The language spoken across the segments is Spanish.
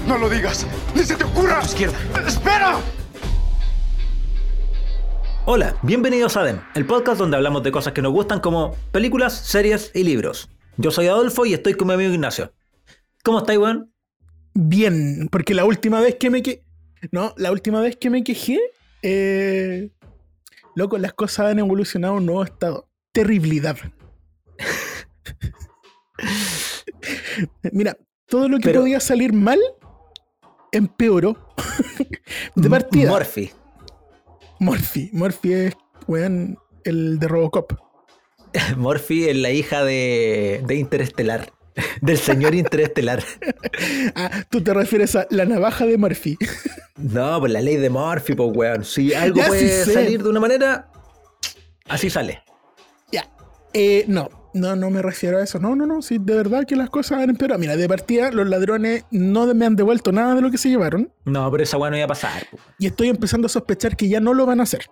No lo digas. ¡Ni se te ocurra! A tu izquierda. ¡Espera! Hola, bienvenidos a DEM, el podcast donde hablamos de cosas que nos gustan como películas, series y libros. Yo soy Adolfo y estoy con mi amigo Ignacio. ¿Cómo estáis, weón? Bien, porque la última vez que me quejé, loco, las cosas han evolucionado a un nuevo estado. Terribilidad. Mira, todo lo que podía salir mal empeoró. De partida. Murphy es, weón, el de Robocop. Murphy es la hija de Interestelar. Del señor Interestelar. Ah, tú te refieres a la navaja de Murphy. No, pues la ley de Murphy, pues weón. Si algo ya puede sí salir de una manera, así sale. Ya. No me refiero a eso. No. Sí, de verdad que las cosas han empeorado. Mira, de partida, los ladrones no me han devuelto nada de lo que se llevaron. No, pero esa weá no iba a pasar. Po. Y estoy empezando a sospechar que ya no lo van a hacer.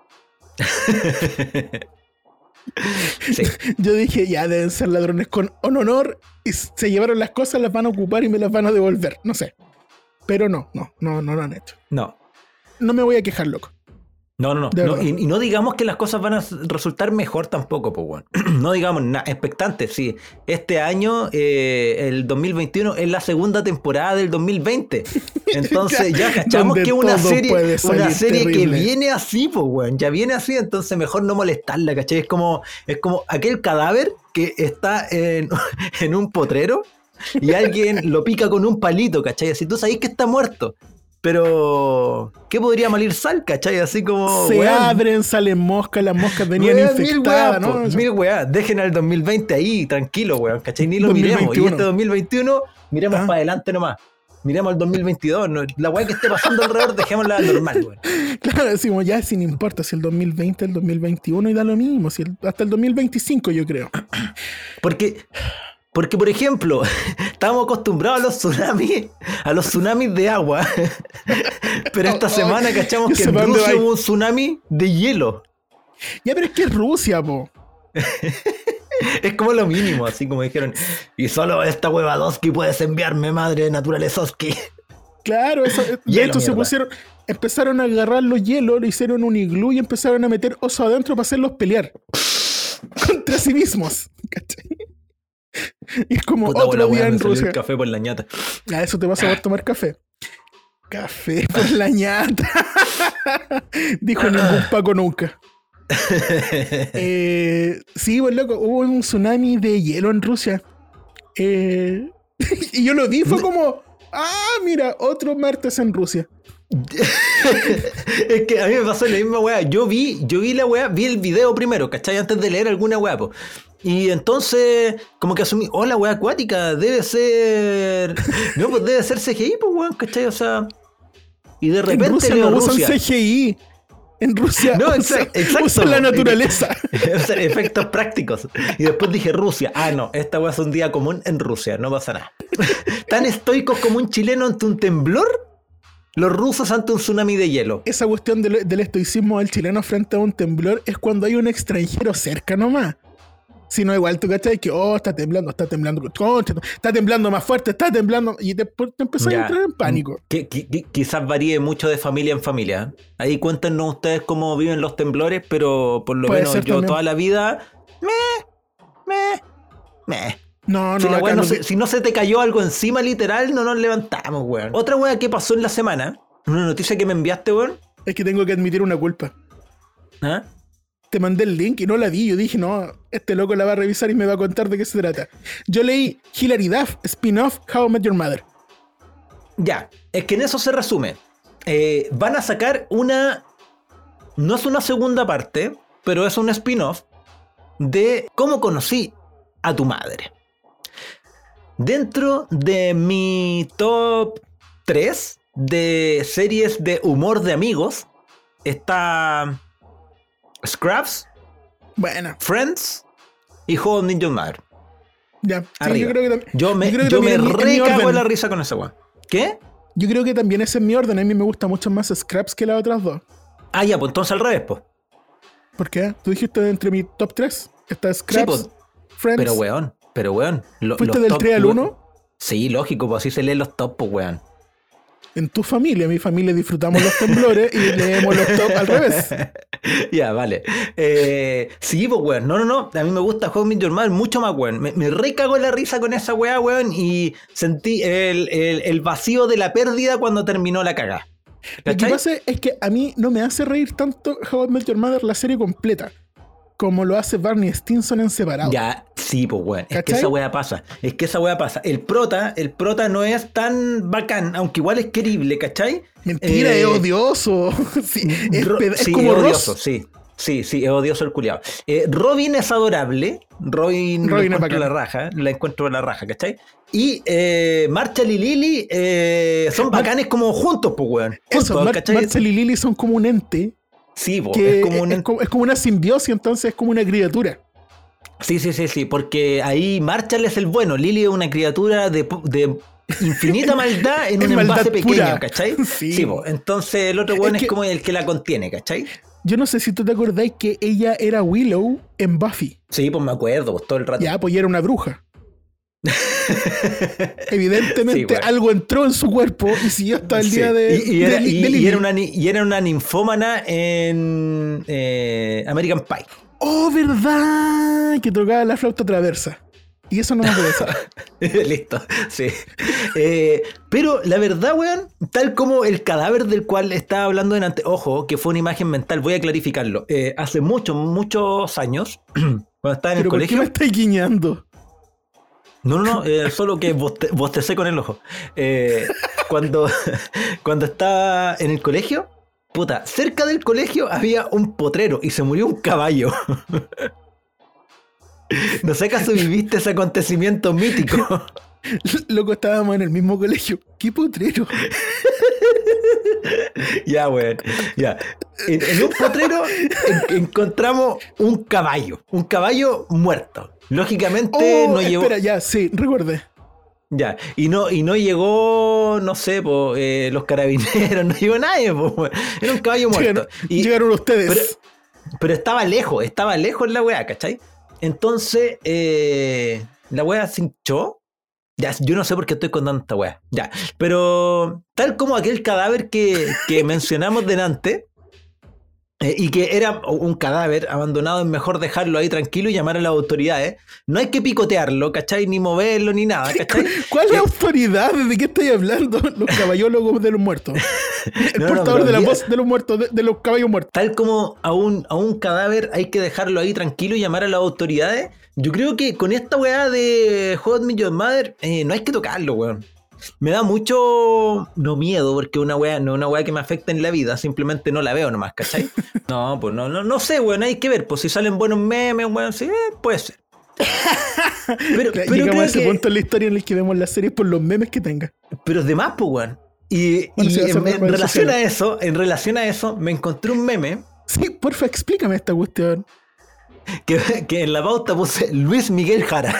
Sí. Yo dije, ya deben ser ladrones con honor. Y se llevaron las cosas, las van a ocupar y me las van a devolver. No sé. Pero no lo han hecho. No. No me voy a quejar, loco. No. Y no digamos que las cosas van a resultar mejor tampoco, pues bueno. No digamos nada. Expectantes, sí. Este año, el 2021, es la segunda temporada del 2020. Entonces ya cachamos que es una serie que viene así, pues bueno. Ya viene así, entonces mejor no molestarla, ¿cachai? Es como aquel cadáver que está en un potrero y alguien lo pica con un palito, ¿cachai? Así tú sabes que está muerto. Pero, ¿qué podría malir sal, cachai? Así como... Se abren, salen moscas, las moscas venían infectadas, ¿no? Mil weá, dejen al 2020 ahí, tranquilo, weón, cachai, ni lo 2021. Miremos. Y este 2021, miremos para adelante nomás. Miremos al 2022, no, la weá que esté pasando alrededor, dejémosla normal, weón. Claro, decimos ya, sin importa si el 2020, el 2021 y da lo mismo, hasta el 2025 yo creo. Porque, por ejemplo, estábamos acostumbrados a los tsunamis de agua. Pero esta semana cachamos que en Rusia hubo un tsunami de hielo. Ya, pero es que es Rusia, po. Es como lo mínimo, así como dijeron. Y solo esta Huevadowski puedes enviarme, madre naturalezowski. Claro, eso. De hecho, empezaron a agarrar los hielos, le hicieron un iglú y empezaron a meter osos adentro para hacerlos pelear. Contra sí mismos. ¿Cachai? Y es como puta, otro día en Rusia. Café por la ñata. A eso te vas a tomar café. Café por la ñata. Dijo ningún Paco nunca. Sí, pues loco, hubo un tsunami de hielo en Rusia. Y yo lo vi, fue como, mira, otro martes en Rusia. Es que a mí me pasó la misma weá. Yo vi la weá, vi el video primero, ¿cachai? Antes de leer alguna weá, po. Y entonces, como que asumí, la weá acuática, debe ser. No, pues debe ser CGI, pues weón, ¿cachai? O sea. Y de repente en Rusia leo no Rusia. Usan CGI. En Rusia no, exacto, usan la naturaleza. Efectos prácticos. Y después dije Rusia. No, esta weá es un día común en Rusia, no pasa nada. Tan estoicos como un chileno ante un temblor. Los rusos ante un tsunami de hielo. Esa cuestión del estoicismo del chileno frente a un temblor es cuando hay un extranjero cerca nomás. Si no, igual tú cachai que, está temblando, concha, está temblando más fuerte, está temblando. Y te empezás a entrar en pánico. Quizás varíe mucho de familia en familia. Ahí cuéntenos ustedes cómo viven los temblores, pero por lo menos yo también. Toda la vida. No, si no se te cayó algo encima literal, no nos levantamos, weón. Otra weá que pasó en la semana, una noticia que me enviaste, weón. Es que tengo que admitir una culpa. ¿Ah? Te mandé el link y no la vi. Yo dije, no, este loco la va a revisar y me va a contar de qué se trata. Yo leí Hilary Duff, spin-off How I Met Your Mother. Ya, es que en eso se resume. Van a sacar no es una segunda parte, pero es un spin-off de cómo conocí a tu madre. Dentro de mi top 3 de series de humor de amigos está Scraps, Friends y How I Met Your Mother. Ya, sí, yo me recago en la risa con esa weá. ¿Qué? Yo creo que también ese es mi orden. A mí me gusta mucho más Scraps que las otras dos. Ya, pues entonces al revés, pues. ¿Por qué? Tú dijiste entre mi top 3 está Scraps, sí, pues, Friends. Pero weón. ¿Fuiste del 3 al 1? Sí, lógico, pues así se leen los top, pues weón. En tu familia, mi familia disfrutamos los temblores y leemos los top al revés. Ya, vale. Sí, pues, weón. No. A mí me gusta How I Met Your Mother mucho más, weón. Me recago en la risa con esa weá, weón. Y sentí el vacío de la pérdida cuando terminó la cagada. Lo que pasa es que a mí no me hace reír tanto How I Met Your Mother la serie completa como lo hace Barney Stinson en separado. Ya, sí, pues, weón. Es que esa weá pasa. El prota no es tan bacán, aunque igual es querible, ¿cachai? Mentira, es odioso. Sí, es como es Ross. odioso, sí, es odioso el culiado. Robin es adorable. Robin la encuentro la raja, ¿cachai? Y Marshall y Lily son bacanes como juntos, pues, weón. Marshall y Lily son como un ente. Sí, po, es como una simbiosis, entonces es como una criatura. Sí, porque ahí Marshall es el bueno, Lily es una criatura de infinita maldad en un envase pequeño, ¿cachai? Sí, po, entonces el otro bueno es como el que la contiene, ¿cachai? Yo no sé si tú te acordáis que ella era Willow en Buffy. Sí, pues me acuerdo, pues todo el rato. Ya, pues ella era una bruja. Evidentemente algo entró en su cuerpo y siguió hasta el día de y era una ninfómana en American Pie. ¡Oh, verdad! Que tocaba la flauta traversa. Y eso no me interesa. Listo, sí. Pero la verdad, weón, tal como el cadáver del cual estaba hablando delante, ojo, que fue una imagen mental, voy a clarificarlo. Hace muchos años, cuando estaba en el colegio. ¿Por qué me estáis guiñando? No, solo que bostecé con el ojo. Cuando estaba en el colegio, puta, cerca del colegio había un potrero y se murió un caballo. No sé acaso viviste ese acontecimiento mítico. Loco, estábamos en el mismo colegio. ¿Qué potrero? Ya, weón. Ya. En un potrero encontramos un caballo muerto. Lógicamente no llegó. Espera, ya, sí, recuerde. Ya, y no llegó, no sé, los carabineros, no llegó nadie, era un caballo muerto. Llegaron ustedes. Pero estaba lejos la weá, ¿cachai? Entonces, la weá se hinchó. Ya, yo no sé por qué estoy contando esta weá. Ya, pero tal como aquel cadáver que mencionamos delante, y que era un cadáver abandonado, es mejor dejarlo ahí tranquilo y llamar a las autoridades. No hay que picotearlo, ¿cachai? Ni moverlo, ni nada, ¿cachai? ¿Cuál es la autoridad? ¿De qué estáis hablando? Los caballólogos de los muertos. El portador de la voz de los muertos, de los caballos muertos. Tal como a un cadáver hay que dejarlo ahí tranquilo y llamar a las autoridades. Yo creo que con esta weá de How I Met Your Mother no hay que tocarlo, weón. Me da mucho, no miedo, porque no es una weá que me afecta en la vida, simplemente no la veo nomás, ¿cachai? No, pues no sé, weón, hay que ver, pues si salen buenos memes, weón, sí, puede ser. Pero llegamos a ese punto en la historia en el que vemos las series por los memes que tenga. Pero es de más, pues, weón. Y en relación a eso, me encontré un meme. Sí, porfa, explícame esta cuestión. Que en la pauta puse Luis Miguel Jara.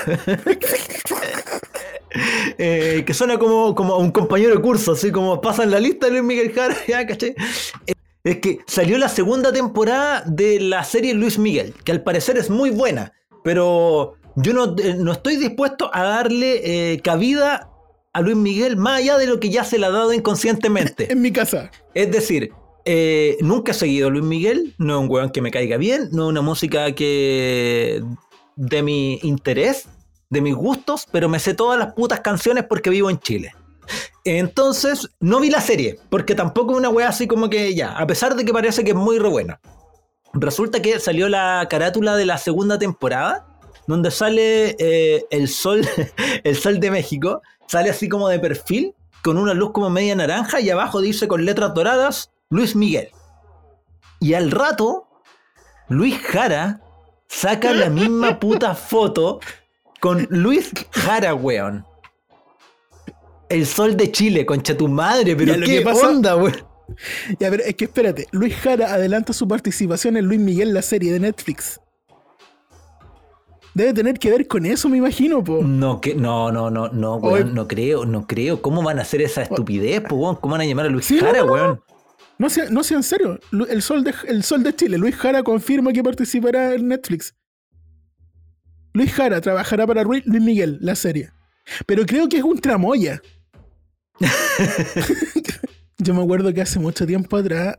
Que suena como un compañero de curso, así como pasan la lista de Luis Miguel Jara, ya, ¿cachai? Es que salió la segunda temporada de la serie Luis Miguel, que al parecer es muy buena, pero yo no estoy dispuesto a darle cabida a Luis Miguel más allá de lo que ya se le ha dado inconscientemente. En mi casa. Es decir, nunca he seguido a Luis Miguel, no es un weón que me caiga bien, no es una música que de mi interés, de mis gustos, pero me sé todas las putas canciones porque vivo en Chile. Entonces, no vi la serie, porque tampoco es una wea así como que ya, a pesar de que parece que es muy re buena. Resulta que salió la carátula de la segunda temporada, donde sale el sol de México, sale así como de perfil, con una luz como media naranja, y abajo dice con letras doradas, Luis Miguel. Y al rato, Luis Jara saca la misma puta foto con Luis Jara, weón. El sol de Chile, concha tu madre, pero ¿qué onda, weón? Ya, pero es que espérate, Luis Jara adelanta su participación en Luis Miguel, la serie de Netflix. Debe tener que ver con eso, me imagino, po. No, weón, no creo. ¿Cómo van a hacer esa estupidez, po, weón? ¿Cómo van a llamar a Luis Jara, weón? No sea en serio. El sol de Chile. Luis Jara confirma que participará en Netflix. Luis Jara trabajará para Luis Miguel, la serie. Pero creo que es un tramoya. Yo me acuerdo que hace mucho tiempo atrás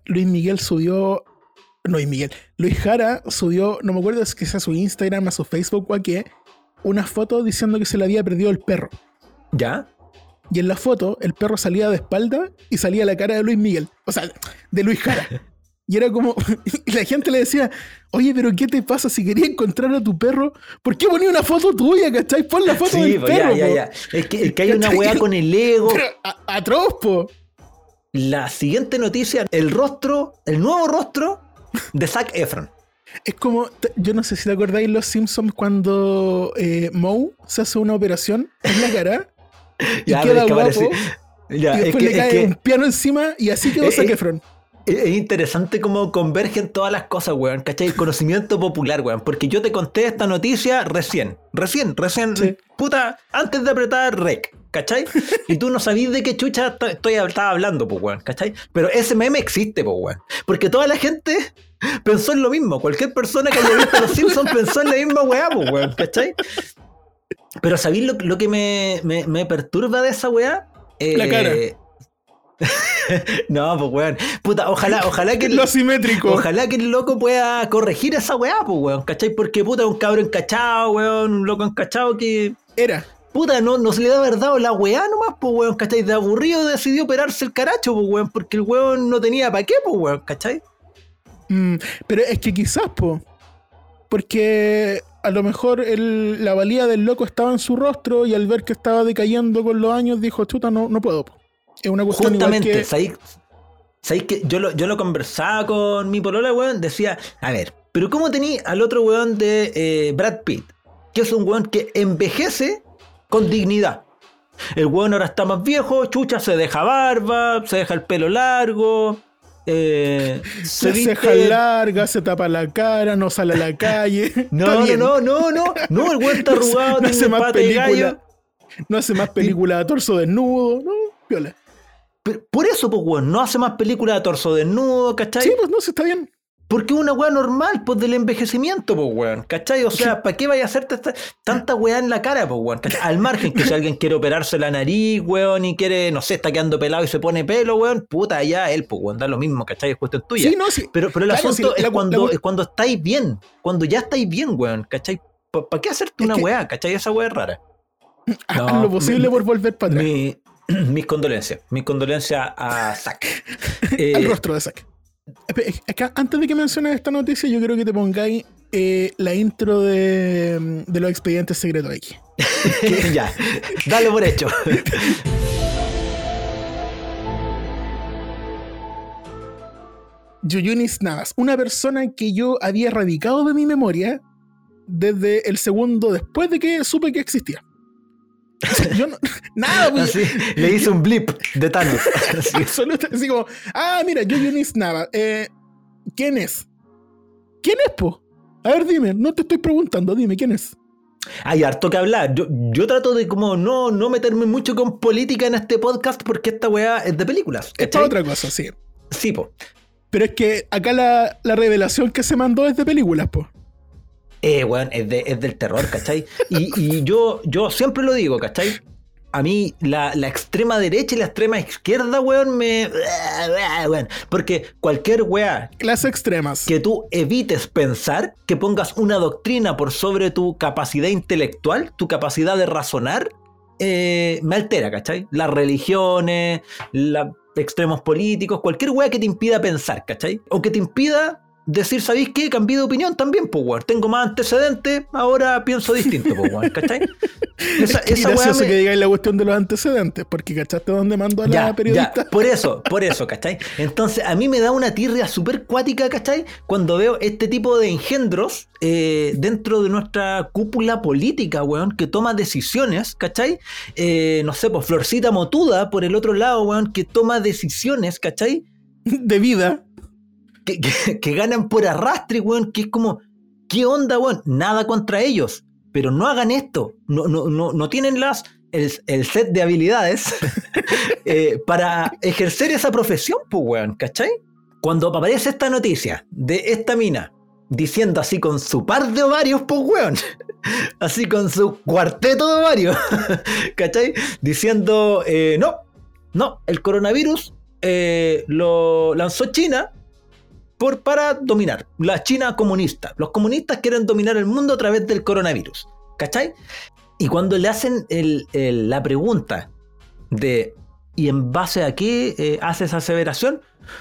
Luis Jara subió, no me acuerdo si es a su Instagram, a su Facebook o a qué, una foto diciendo que se le había perdido el perro. ¿Ya? Y en la foto el perro salía de espalda y salía la cara de Luis Miguel, o sea, de Luis Jara. Y era como, y la gente le decía, oye, pero ¿qué te pasa? Si querías encontrar a tu perro, ¿por qué ponía una foto tuya, cachai? Pon la foto del perro, ya. Es que hay una weá con el ego. Pero atroz, po. La siguiente noticia, el nuevo rostro de Zac Efron. Es como, yo no sé si te acordáis Los Simpsons cuando Moe se hace una operación en la cara y ya, queda guapo, ya, y después le cae un piano encima y así quedó Zac Efron. Es interesante cómo convergen todas las cosas, weón, ¿cachai? El conocimiento popular, weón, porque yo te conté esta noticia recién, sí. Puta, antes de apretar rec, ¿cachai? Y tú no sabías de qué chucha estaba hablando, pues, weón, ¿cachai? Pero ese meme existe, pues, weón, porque toda la gente pensó en lo mismo, cualquier persona que haya visto Los Simpsons pensó en la misma weá, pues, weón, ¿cachai? Pero ¿sabéis lo que me perturba de esa weá? La cara. No, pues weón. Puta, ojalá que lo simétrico. Ojalá que el loco pueda corregir esa weá, pues weón, ¿cachai? Porque puta, un cabro encachado, weón, un loco encachado que. Era. Puta, no se le da verdad la weá nomás, pues weón, ¿cachai? De aburrido decidió operarse el caracho, pues weón, porque el weón no tenía para qué, pues weón, ¿cachai? Pero es que quizás, pues. Porque a lo mejor la valía del loco estaba en su rostro y al ver que estaba decayendo con los años dijo, chuta, no puedo, po. Es una cuestión justamente, igual que... ¿sabéis que yo lo conversaba con mi polola, weón? Decía, a ver, pero ¿cómo tení al otro weón de Brad Pitt? Que es un weón que envejece con dignidad. El weón ahora está más viejo, chucha, se deja barba, se deja el pelo largo, se ceja larga, se tapa la cara, no sale a la calle. No, el weón está arrugado, no hace más película. No hace más película de torso desnudo, no, viola. Pero por eso, pues, weón, no hace más películas de torso desnudo, ¿cachai? Sí, pues no, se está bien. Porque es una weá normal, pues, del envejecimiento, pues, weón, ¿cachai? O sea, ¿para qué vaya a hacerte tanta weá en la cara, pues, weón? ¿Cachai? Al margen que si alguien quiere operarse la nariz, weón, y quiere, no sé, está quedando pelado y se pone pelo, weón, puta, ya él, pues, weón, da lo mismo, ¿cachai? Es cuestión tuya. Sí, no, sí. Pero el claro, asunto es cuando estáis bien, cuando ya estáis bien, weón, ¿cachai? ¿Para qué hacerte una weá, ¿cachai? Esa weá es rara. Haz lo posible por volver para atrás. Mis condolencias a Zac. Al rostro de Zac. Acá, antes de que menciones esta noticia, yo quiero que te pongáis la intro de los expedientes secretos aquí. Ya, dale por hecho. Yuyunis Navas, una persona que yo había erradicado de mi memoria desde el segundo después de que supe que existía. O sea, yo no, nada, pues, así, le hice un blip de Thanos. Así como, mira, Yuyunis Navas. ¿Quién es? ¿Quién es, po? A ver, dime, no te estoy preguntando, dime, ¿quién es? Hay harto que hablar. Yo trato de como no meterme mucho con política en este podcast porque esta weá es de películas. Esta es otra cosa, sí. Sí, po. Pero es que acá la revelación que se mandó es de películas, po. Weón, es del terror, ¿cachai? Y yo siempre lo digo, ¿cachai? A mí la extrema derecha y la extrema izquierda, weón, weón, porque cualquier weá... Clases extremas. Que tú evites pensar, que pongas una doctrina por sobre tu capacidad intelectual, tu capacidad de razonar, me altera, ¿cachai? Las religiones, los extremos políticos, cualquier weá que te impida pensar, ¿cachai? O que te impida... decir, ¿sabéis qué? Cambié de opinión también, pues, weón. Tengo más antecedentes, ahora pienso distinto, pues, weón. ¿Cachai? Esa gracioso que digáis la cuestión de los antecedentes, porque ¿cachaste dónde mandó a la periodista? Ya, por eso, ¿cachai? Entonces, a mí me da una tirria súper cuática, ¿cachai? Cuando veo este tipo de engendros dentro de nuestra cúpula política, weón, que toma decisiones, ¿cachai? No sé, pues, Florcita Motuda, por el otro lado, weón, que toma decisiones, ¿cachai? De vida. Que ganan por arrastre, weón, que es como, ¿qué onda, weón? Nada contra ellos, pero no hagan esto, no tienen el set de habilidades para ejercer esa profesión, pues, weón, ¿cachai? Cuando aparece esta noticia de esta mina diciendo así con su par de ovarios, pues, weón, así con su cuarteto de ovarios, ¿cachai? Diciendo, No, el coronavirus lo lanzó China para dominar. La China comunista. Los comunistas quieren dominar el mundo a través del coronavirus. ¿Cachai? Y cuando le hacen la pregunta de ¿y en base a qué hace esa aseveración?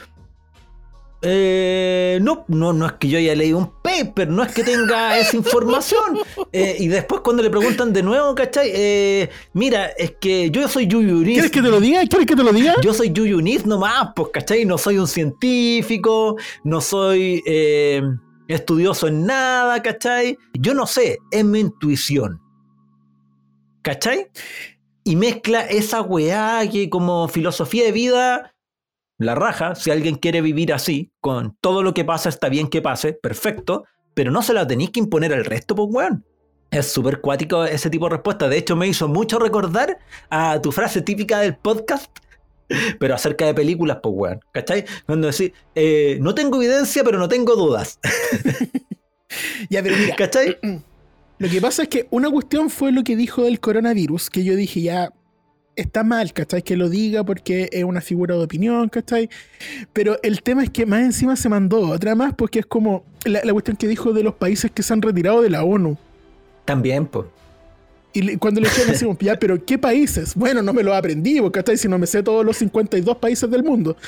No es que yo haya leído un paper, no es que tenga esa información. Y después cuando le preguntan de nuevo, ¿cachai? Mira, es que yo soy yuyunis. ¿Quieres que te lo diga? Yo soy yuyunis nomás, pues, ¿cachai? No soy un científico, no soy estudioso en nada, ¿cachai? Yo no sé, es mi intuición. ¿Cachai? Y mezcla esa weá que como filosofía de vida... La raja, si alguien quiere vivir así, con todo lo que pasa está bien que pase, perfecto, pero no se la tenéis que imponer al resto, pues weón. Es súper cuático ese tipo de respuesta. De hecho, me hizo mucho recordar a tu frase típica del podcast, pero acerca de películas, pues weón. ¿Cachai? Cuando decís, no tengo evidencia, pero no tengo dudas. Ya, pero mira, ¿cachai? Lo que pasa es que una cuestión fue lo que dijo del coronavirus, que yo dije ya... Está mal, ¿cachai? Que lo diga porque es una figura de opinión, ¿cachai? Pero el tema es que más encima se mandó otra más porque es como la cuestión que dijo de los países que se han retirado de la ONU. También, pues. Y cuando le dijeron así, ya, pero ¿qué países? Bueno, no me lo aprendí, ¿cachai? Si no me sé todos los 52 países del mundo.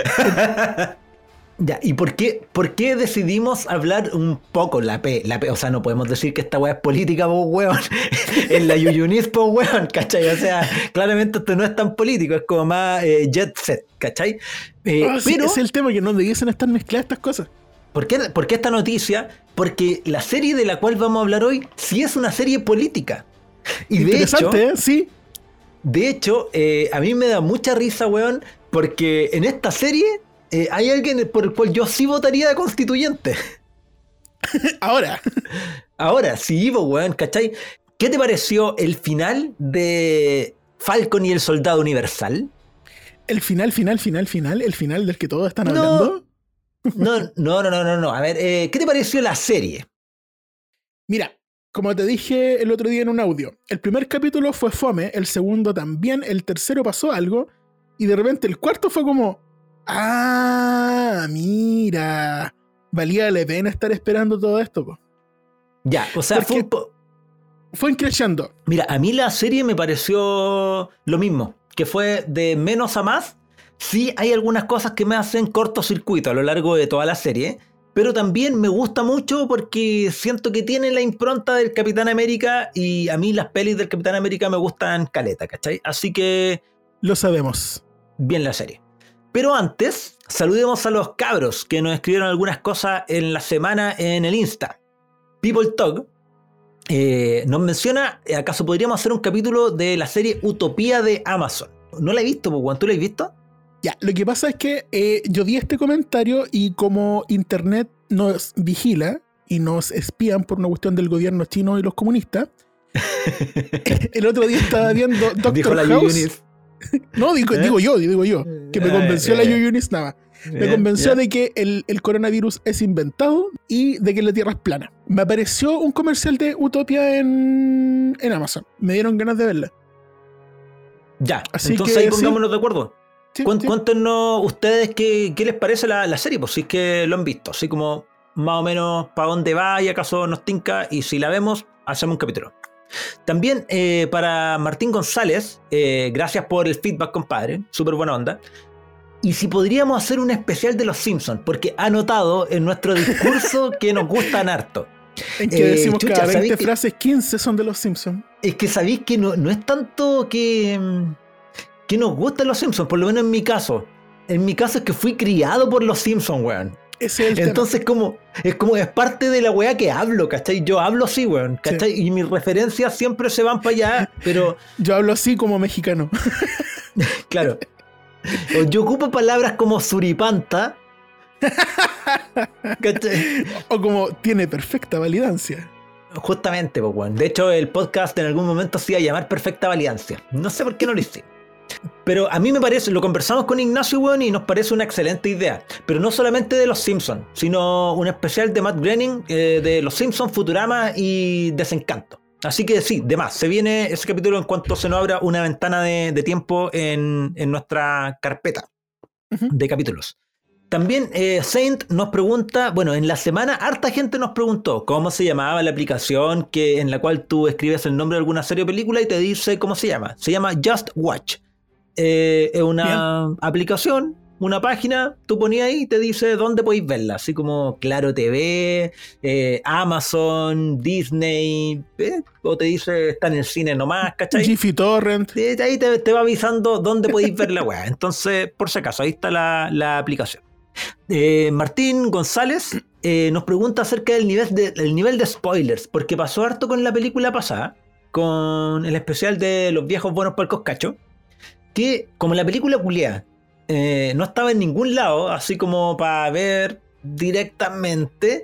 Ya, ¿y por qué decidimos hablar un poco la P? O sea, no podemos decir que esta weá es política, po weón. En la yuyunis, po weón, ¿cachai? O sea, claramente esto no es tan político, es como más jet set, ¿cachai? Sí, pero es el tema, que no debiesen estar mezcladas estas cosas. ¿Por qué esta noticia? Porque la serie de la cual vamos a hablar hoy sí es una serie política. Y interesante, de hecho, sí. De hecho, a mí me da mucha risa, weón, porque en esta serie... hay alguien por el cual yo sí votaría de constituyente. Ahora, sí, weón, ¿cachai? ¿Qué te pareció el final de Falcon y el Soldado Universal? El final del que todos están hablando. No. A ver, ¿qué te pareció la serie? Mira, como te dije el otro día en un audio, el primer capítulo fue fome, el segundo también, el tercero pasó algo, y de repente el cuarto fue como... Ah, mira. Valía la pena estar esperando todo esto, po. Ya, o sea, fue increciendo. Mira, a mí la serie me pareció lo mismo, que fue de menos a más. Sí hay algunas cosas que me hacen cortocircuito a lo largo de toda la serie, pero también me gusta mucho porque siento que tiene la impronta del Capitán América y a mí las pelis del Capitán América me gustan caleta, ¿cachai? Así que... Lo sabemos. Bien la serie. Pero antes, saludemos a los cabros que nos escribieron algunas cosas en la semana en el Insta. People Talk nos menciona, ¿acaso podríamos hacer un capítulo de la serie Utopía de Amazon? No la he visto, ¿tú la has visto? Ya, lo que pasa es que yo di este comentario y como internet nos vigila y nos espían por una cuestión del gobierno chino y los comunistas, el otro día estaba viendo Doctor House. No, digo yo, que me convenció la Yuyunis nada. Me convenció de que el coronavirus es inventado y de que la Tierra es plana. Me apareció un comercial de Utopia en Amazon. Me dieron ganas de verla. Ya, así entonces ahí pongámonos de acuerdo. Sí, Cuéntenos ustedes qué les parece la serie, pues si es que lo han visto. Así como más o menos para dónde va y acaso nos tinca. Y si la vemos, hacemos un capítulo. También para Martín González, gracias por el feedback, compadre, súper buena onda. Y si podríamos hacer un especial de los Simpsons, porque ha notado en nuestro discurso que nos gustan harto. En que decimos que cada 20 frases, 15 son de los Simpsons. Es que sabéis que no es tanto que nos gustan los Simpsons, por lo menos en mi caso. En mi caso es que fui criado por los Simpsons, weón. Ese es el Entonces tema. es parte de la weá que hablo, ¿cachai? Yo hablo así, weón, ¿cachai? Sí. Y mis referencias siempre se van para allá, pero... Yo hablo así como mexicano. Claro. Yo ocupo palabras como suripanta, ¿cachai? O como tiene perfecta validancia. Justamente, pues, weón. De hecho, el podcast en algún momento se iba a llamar Perfecta Validancia. No sé por qué no lo hice. Pero a mí me parece, lo conversamos con Ignacio, weón, y nos parece una excelente idea. Pero no solamente de los Simpsons, sino un especial de Matt Groening, de los Simpsons, Futurama y Desencanto. Así que sí, de más. Se viene ese capítulo en cuanto se nos abra una ventana de tiempo en nuestra carpeta de capítulos. También Saint nos pregunta, bueno, en la semana harta gente nos preguntó cómo se llamaba la aplicación en la cual tú escribes el nombre de alguna serie o película y te dice cómo se llama. Se llama Just Watch. Es una aplicación, una página, tú ponías ahí y te dice dónde podéis verla, así como Claro TV, Amazon, Disney, o te dice está en el cine nomás, ¿cachai? Jiffy Torrent. Ahí te va avisando dónde podéis ver la weá. Entonces, por si acaso, ahí está la aplicación. Martín González nos pregunta acerca del nivel de spoilers, porque pasó harto con la película pasada, con el especial de Los viejos buenos palcos cacho, que como la película culiá no estaba en ningún lado, así como para ver directamente,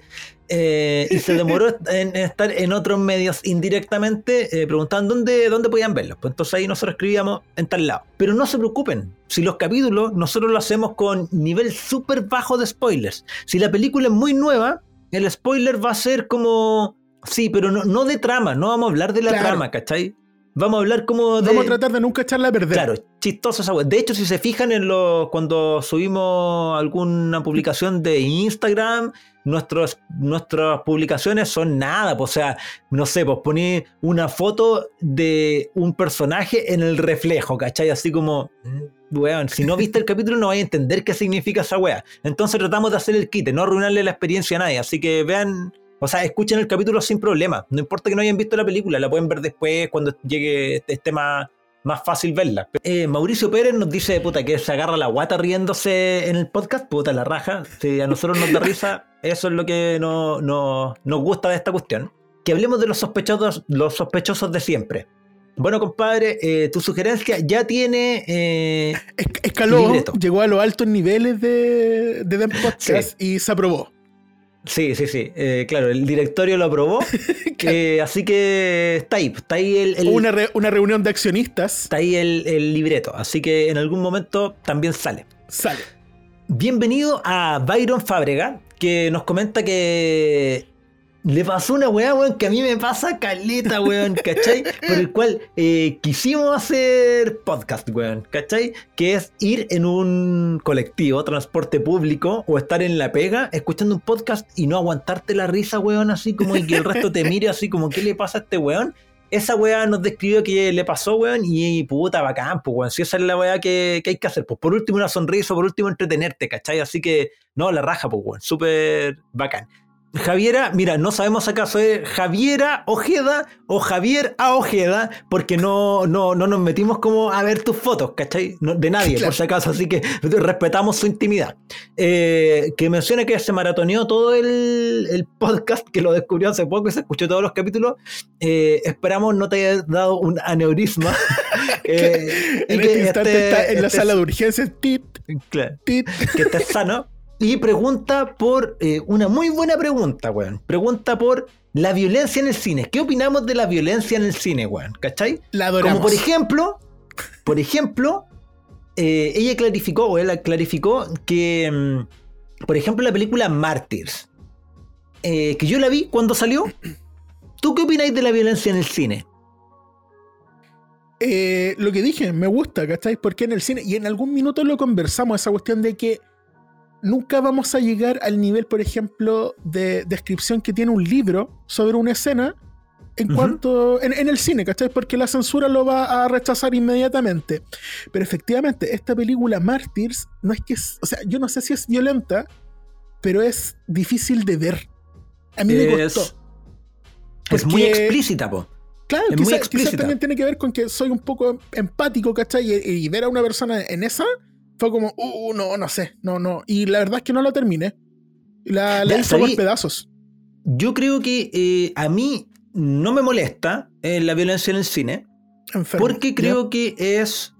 y se demoró en estar en otros medios indirectamente, preguntando dónde podían verlos. Pues entonces ahí nosotros escribíamos en tal lado. Pero no se preocupen, si los capítulos nosotros lo hacemos con nivel súper bajo de spoilers. Si la película es muy nueva, el spoiler va a ser como... Sí, pero no de trama, no vamos a hablar de la trama, ¿cachai? Vamos a hablar como de... Vamos a tratar de nunca echarla a perder. Claro, chistoso esa wea. De hecho, si se fijan cuando subimos alguna publicación de Instagram, nuestras publicaciones son nada. O sea, no sé, pues poní una foto de un personaje en el reflejo, ¿cachai? Así como, weón, si no viste el capítulo no vais a entender qué significa esa wea. Entonces tratamos de hacer el quite, no arruinarle la experiencia a nadie. Así que vean... O sea, escuchen el capítulo sin problema. No importa que no hayan visto la película, la pueden ver después cuando llegue, esté más fácil verla. Mauricio Pérez nos dice, puta, que se agarra la guata riéndose en el podcast. Puta, la raja. Si a nosotros nos da risa, eso es lo que nos gusta de esta cuestión. Que hablemos de los sospechosos de siempre. Bueno, compadre, tu sugerencia ya tiene... escaló, libreto. Llegó a los altos niveles de podcast y se aprobó. Sí. Claro, el directorio lo aprobó. Así que está ahí una reunión de accionistas. Está ahí el libreto. Así que en algún momento también sale. Bienvenido a Byron Fábrega, que nos comenta que le pasó una weá, weón, que a mí me pasa caleta, weón, ¿cachai? Por el cual quisimos hacer podcast, weón, ¿cachai? Que es ir en un colectivo, transporte público, o estar en la pega, escuchando un podcast y no aguantarte la risa, weón, así como, y que el resto te mire así como, ¿qué le pasa a este weón? Esa weá nos describió que le pasó, weón, y puta, bacán, pues, weón, si esa es la weá que hay que hacer, pues, por último una sonrisa, por último entretenerte, ¿cachai? Así que, no, la raja, pues, weón, súper bacán. Javiera, mira, no sabemos acaso es Javiera Ojeda o Javier A. Ojeda, porque no nos metimos como a ver tus fotos, ¿cachai? No, de nadie, claro. Por si acaso, así que respetamos su intimidad. Que menciona que se maratoneó todo el podcast, que lo descubrió hace poco y se escuchó todos los capítulos. Esperamos no te haya dado un aneurisma. En este instante está en la sala de urgencias. Claro, que estés sano. Y pregunta por una muy buena pregunta, weón. Pregunta por la violencia en el cine. ¿Qué opinamos de la violencia en el cine, weón? ¿Cachai? La adoramos. Como por ejemplo, él clarificó que, por ejemplo, la película Mártires, que yo la vi cuando salió. ¿Tú qué opináis de la violencia en el cine? Lo que dije, me gusta, ¿cachai? Porque en el cine, y en algún minuto lo conversamos, esa cuestión de que nunca vamos a llegar al nivel, por ejemplo, de descripción que tiene un libro sobre una escena en cuanto en el cine, ¿cachai? Porque la censura lo va a rechazar inmediatamente. Pero efectivamente, esta película Mártires no es que o sea, yo no sé si es violenta, pero es difícil de ver. A mí me costó. Es muy explícita, po. Claro, quizás también tiene que ver con que soy un poco empático, ¿cachai? Y ver a una persona en esa fue como, no sé, no. Y la verdad es que no la terminé. La hice por pedazos. Yo creo que a mí no me molesta la violencia en el cine. Enfermo, porque creo que es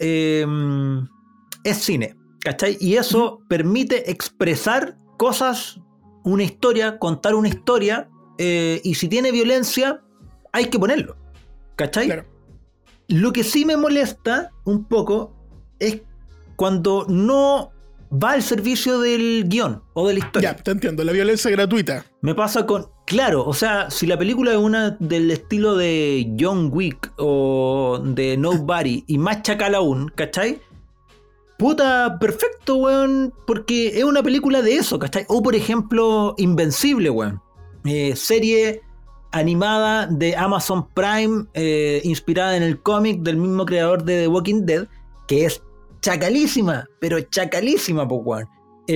cine, ¿cachai? Y eso permite expresar cosas, una historia, contar una historia, y si tiene violencia, hay que ponerlo, ¿cachai? Claro. Lo que sí me molesta un poco es cuando no va al servicio del guión o de la historia. Ya, te entiendo, la violencia gratuita. Me pasa con Claro, o sea, si la película es una del estilo de John Wick o de Nobody y más chacal aún, ¿cachai? Puta, perfecto, weón, porque es una película de eso, ¿cachai? O por ejemplo, Invencible, weón. Serie animada de Amazon Prime, inspirada en el cómic del mismo creador de The Walking Dead, que es chacalísima, pero chacalísima, pues, weón.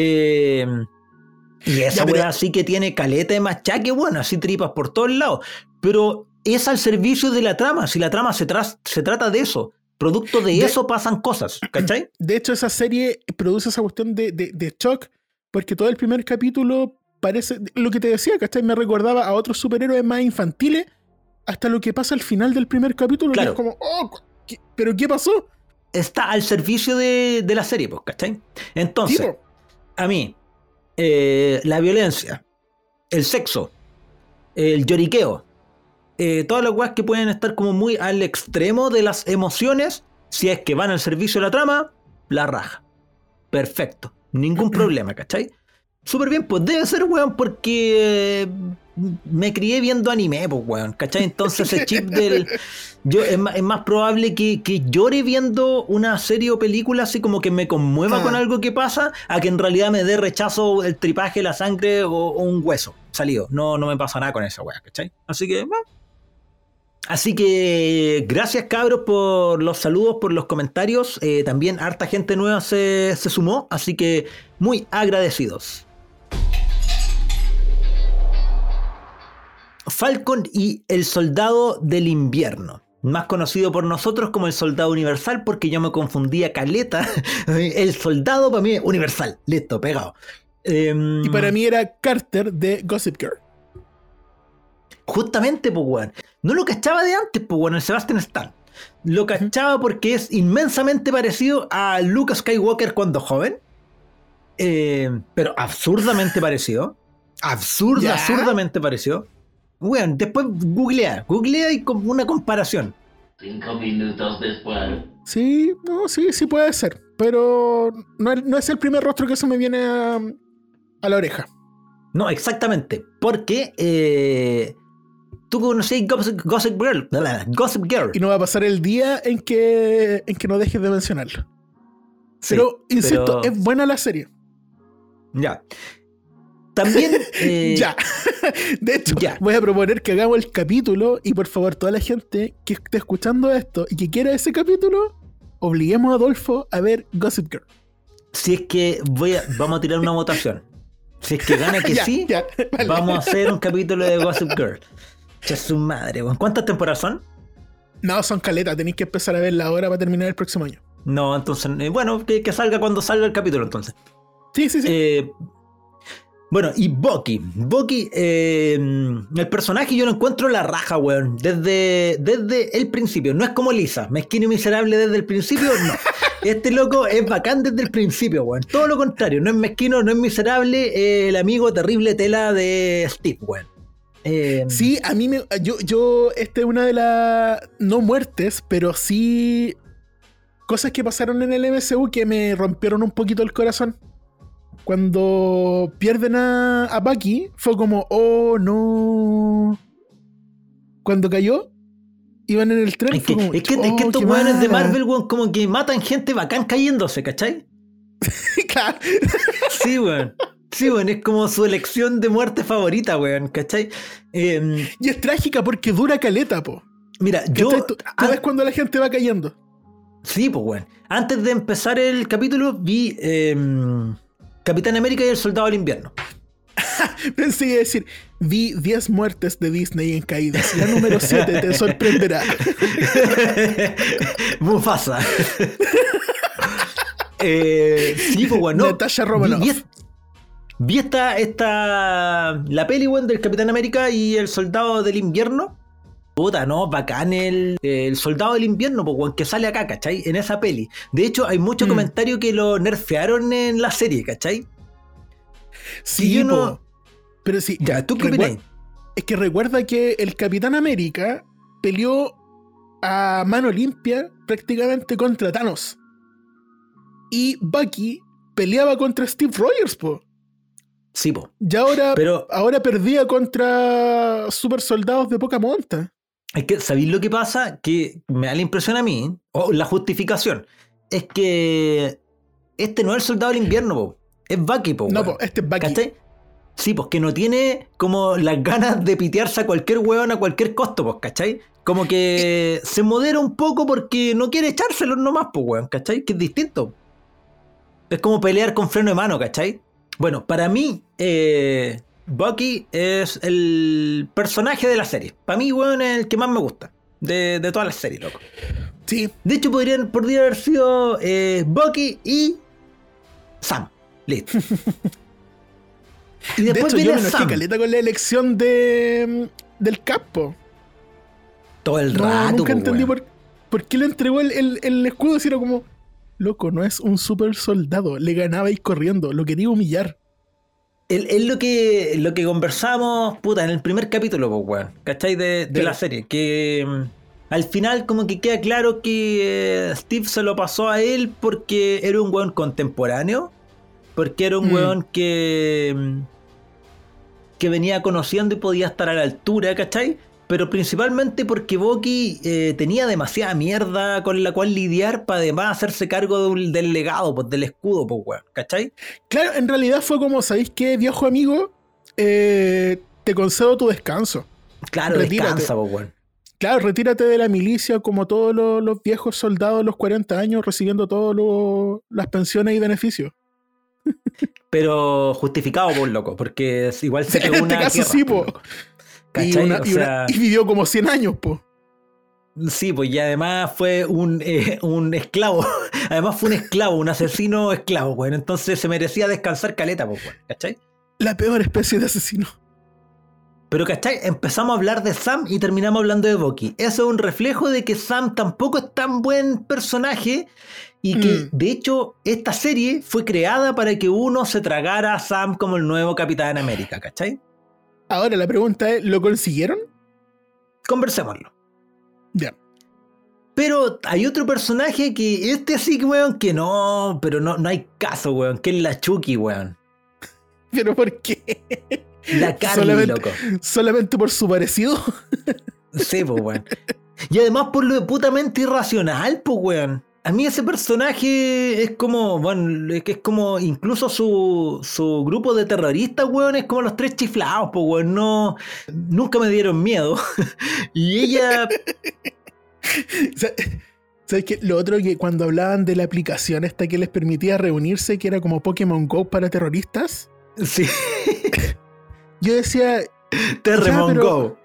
Y esa weá sí que tiene caleta de machaque, bueno, así tripas por todos lados. Pero es al servicio de la trama. Si la trama se trata de eso, producto de eso pasan cosas, ¿cachai? De hecho, esa serie produce esa cuestión de shock, porque todo el primer capítulo parece, lo que te decía, ¿cachai? Me recordaba a otros superhéroes más infantiles, hasta lo que pasa al final del primer capítulo, claro. Que es como, oh, ¿pero qué pasó? Está al servicio de la serie, pues, ¿cachai? Entonces, ¿tipo? A mí, la violencia, el sexo, el lloriqueo, todas las weas que pueden estar como muy al extremo de las emociones, si es que van al servicio de la trama, la raja. Perfecto, ningún problema, ¿cachai? Súper bien, pues debe ser, weón, porque me crié viendo anime, pues, weón, ¿cachai? Entonces ese chip del... es más probable que llore viendo una serie o película así como que me conmueva con algo que pasa, a que en realidad me dé rechazo el tripaje, la sangre o un hueso salido. No me pasa nada con esa weá, ¿cachai? Así que gracias, cabros, por los saludos, por los comentarios. También harta gente nueva se sumó, así que muy agradecidos. Falcon y el Soldado del Invierno, más conocido por nosotros como el Soldado Universal, porque yo me confundía caleta. El soldado para mí es universal, listo, pegado. Y para mí era Carter de Gossip Girl. Justamente, pues, weón. No lo cachaba de antes, pues, weón, el Sebastian Stan. Lo cachaba porque es inmensamente parecido a Luke Skywalker cuando joven. Pero absurdamente parecido. Absurdamente parecido. Bueno, después googlea y con una comparación. 5 minutos después. Sí, sí puede ser. Pero no es el primer rostro que se me viene a la oreja. No, exactamente. Porque tú conocés Gossip Girl. Y no va a pasar el día en que no dejes de mencionarlo. Sí, pero, insisto, es buena la serie. Ya. También... ya. De hecho, voy a proponer que hagamos el capítulo y por favor, toda la gente que esté escuchando esto y que quiera ese capítulo, obliguemos a Adolfo a ver Gossip Girl. Si es que vamos a tirar una votación. Si es que gana que vale. Vamos a hacer un capítulo de Gossip Girl. Ya su madre, ¿cuántas temporadas son? No, son caletas, tenéis que empezar a verla ahora para terminar el próximo año. No, entonces, bueno, que salga cuando salga el capítulo entonces. Sí. Bueno, y Bucky, el personaje yo lo encuentro la raja, weón, desde el principio. No es como Lisa, mezquino y miserable desde el principio, no. Este loco es bacán desde el principio, weón. Todo lo contrario, no es mezquino, no es miserable, el amigo terrible tela de Steve, weón. Sí, a mí yo esta es una de las, no muertes, pero sí cosas que pasaron en el MCU que me rompieron un poquito el corazón. Cuando pierden a Bucky, fue como, oh no. Cuando cayó, iban en el tren. Es que estos weones de Marvel, weón, como que matan gente bacán cayéndose, ¿cachai? Claro. Sí, weón. Sí, weón, es como su elección de muerte favorita, weón, ¿cachai? Y es trágica porque dura caleta, po. Mira, ¿tú ves cuando la gente va cayendo? Sí, pues, weón. Antes de empezar el capítulo, vi Capitán América y el Soldado del Invierno. Pensé que iba a decir, vi 10 muertes de Disney en caídas. La número 7 te sorprenderá. Mufasa. Sí, pues, weón. No, Natasha Romanoff. Vi la peli, weón, del Capitán América y el Soldado del Invierno. Puta, no, bacán el Soldado del Invierno, pues, weón, que sale acá, ¿cachai? En esa peli. De hecho, hay mucho comentario que lo nerfearon en la serie, ¿cachai? Sí, pero sí. Ya, ¿tú qué opinas? Es que recuerda que el Capitán América peleó a mano limpia prácticamente contra Thanos. Y Bucky peleaba contra Steve Rogers, po. Sí, po. Y ahora perdía contra super soldados de poca monta. Es que, ¿sabéis lo que pasa? Que me da la impresión a mí, o la justificación, es que este no es el soldado del invierno, po. Es Bucky, po. No, weón. po, este es Bucky. ¿Cachai? Sí, pues que no tiene como las ganas de pitearse a cualquier weón a cualquier costo, pues, ¿cachai? Como que se modera un poco porque no quiere echárselo nomás, pues, weón, ¿cachai? Que es distinto. Es como pelear con freno de mano, ¿cachai? Bueno, para mí, Bucky es el personaje de la serie. Para mí, weón, es el que más me gusta de todas las series, loco. Sí. De hecho, podría haber sido Bucky y Sam. Listo. Y después de hecho, yo me viene enojé Sam. caleta con la elección del capo. Todo el rato. Nunca po, entendí weón. por qué le entregó el escudo. Si era como, loco, no es un super soldado. Le ganabais corriendo, lo quería humillar. Es lo que conversamos, puta, en el primer capítulo, pues, weón, ¿cachai? De la serie. Que al final como que queda claro que Steve se lo pasó a él porque era un weón contemporáneo. Porque era un weón que venía conociendo y podía estar a la altura, ¿cachai? Pero principalmente porque Bucky tenía demasiada mierda con la cual lidiar para además hacerse cargo del legado, pues, del escudo, pues, weón, ¿cachai? Claro, en realidad fue como, ¿sabéis qué, viejo amigo? Te concedo tu descanso. Claro, Retírate. descansa, pues, weón. Claro, retírate de la milicia como todos los viejos soldados de los 40 años recibiendo todas las pensiones y beneficios. Pero justificado por loco, porque igual se pegó En este una caso guerra, sí, po. ¿cachai? Y vivió como 100 años, po. Sí, pues y además fue un esclavo. Además fue un esclavo, un asesino esclavo, güey. Entonces se merecía descansar caleta, pues, güey. ¿Cachai? La peor especie de asesino. Pero, ¿cachai? Empezamos a hablar de Sam y terminamos hablando de Bucky. Eso es un reflejo de que Sam tampoco es tan buen personaje y que, de hecho, esta serie fue creada para que uno se tragara a Sam como el nuevo Capitán América, ¿cachai? Ahora la pregunta es, ¿lo consiguieron? Conversémoslo. Ya. Pero hay otro personaje que sí, weón, que no, pero no hay caso, weón, que es la Chucky, weón. ¿Pero por qué? La Carly, loco. ¿Solamente por su parecido? Sí, pues, weón. Y además por lo putamente irracional, pues, weón. A mí ese personaje es como, bueno, es como incluso su grupo de terroristas, weón, es como los tres chiflados, pues, weón. No, nunca me dieron miedo. Y ella... ¿Sabes qué? Lo otro que cuando hablaban de la aplicación esta que les permitía reunirse, que era como Pokémon Go para terroristas, Sí. yo decía... Terremon pero... Go.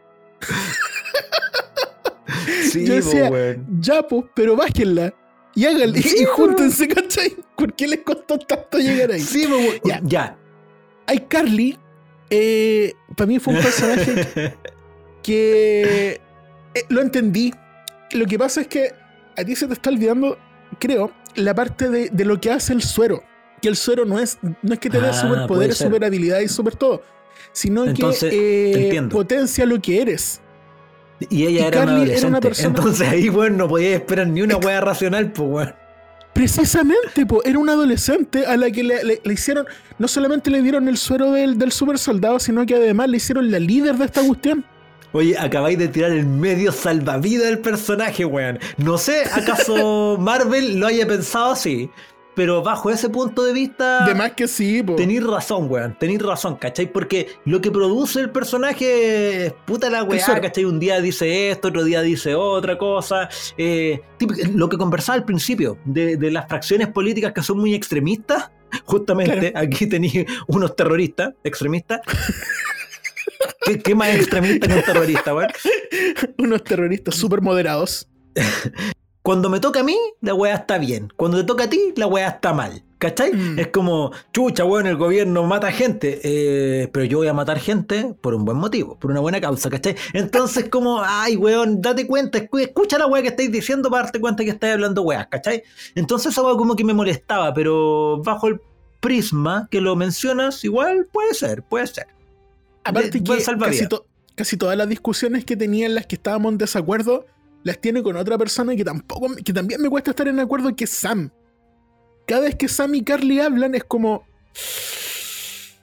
Sí, yo decía, weón. ya, pues, pero bájenla. Y háganle, Sí, y júntense, ¿cachai? ¿Por qué les costó tanto llegar ahí? Sí, weón. Ya. iCarly, para mí fue un personaje que lo entendí. Lo que pasa es que a ti se te está olvidando, creo, la parte de lo que hace el suero. Que el suero no es que te dé superpoderes, super habilidades y super todo, sino entonces, que potencia lo que eres. Y ella era una adolescente. Era una persona... Entonces ahí, weón, no podía esperar ni una weá racional, pues, weón. Precisamente, era una adolescente a la que le hicieron, no solamente le dieron el suero del super soldado, sino que además le hicieron la líder de esta cuestión. Oye, acabáis de tirar el medio salvavidas del personaje, weón. No sé, ¿acaso Marvel lo haya pensado así? Pero bajo ese punto de vista... De más que sí, po. Tenéis razón, weón. Tenéis razón, ¿cachai? Porque lo que produce el personaje es puta la weá, ¿cachai? Un día dice esto, otro día dice otra cosa. Lo que conversaba al principio, de las fracciones políticas que son muy extremistas. Justamente, claro. Aquí tenéis unos terroristas extremistas. ¿Qué más extremista que un terrorista, weón? Unos terroristas súper moderados. Cuando me toca a mí, la weá está bien. Cuando te toca a ti, la weá está mal. ¿Cachai? Es como, chucha, weón, el gobierno mata gente. Pero yo voy a matar gente por un buen motivo, por una buena causa, ¿cachai? Entonces como, ay, weón, date cuenta, escucha la weá que estáis diciendo para darte cuenta que estáis hablando weá, ¿cachai? Entonces esa weá como que me molestaba, pero bajo el prisma que lo mencionas, igual puede ser. Aparte que casi todas las discusiones que tenía en las que estábamos en desacuerdo las tiene con otra persona que también me cuesta estar en acuerdo, que es Sam. Cada vez que Sam y Carly hablan es como...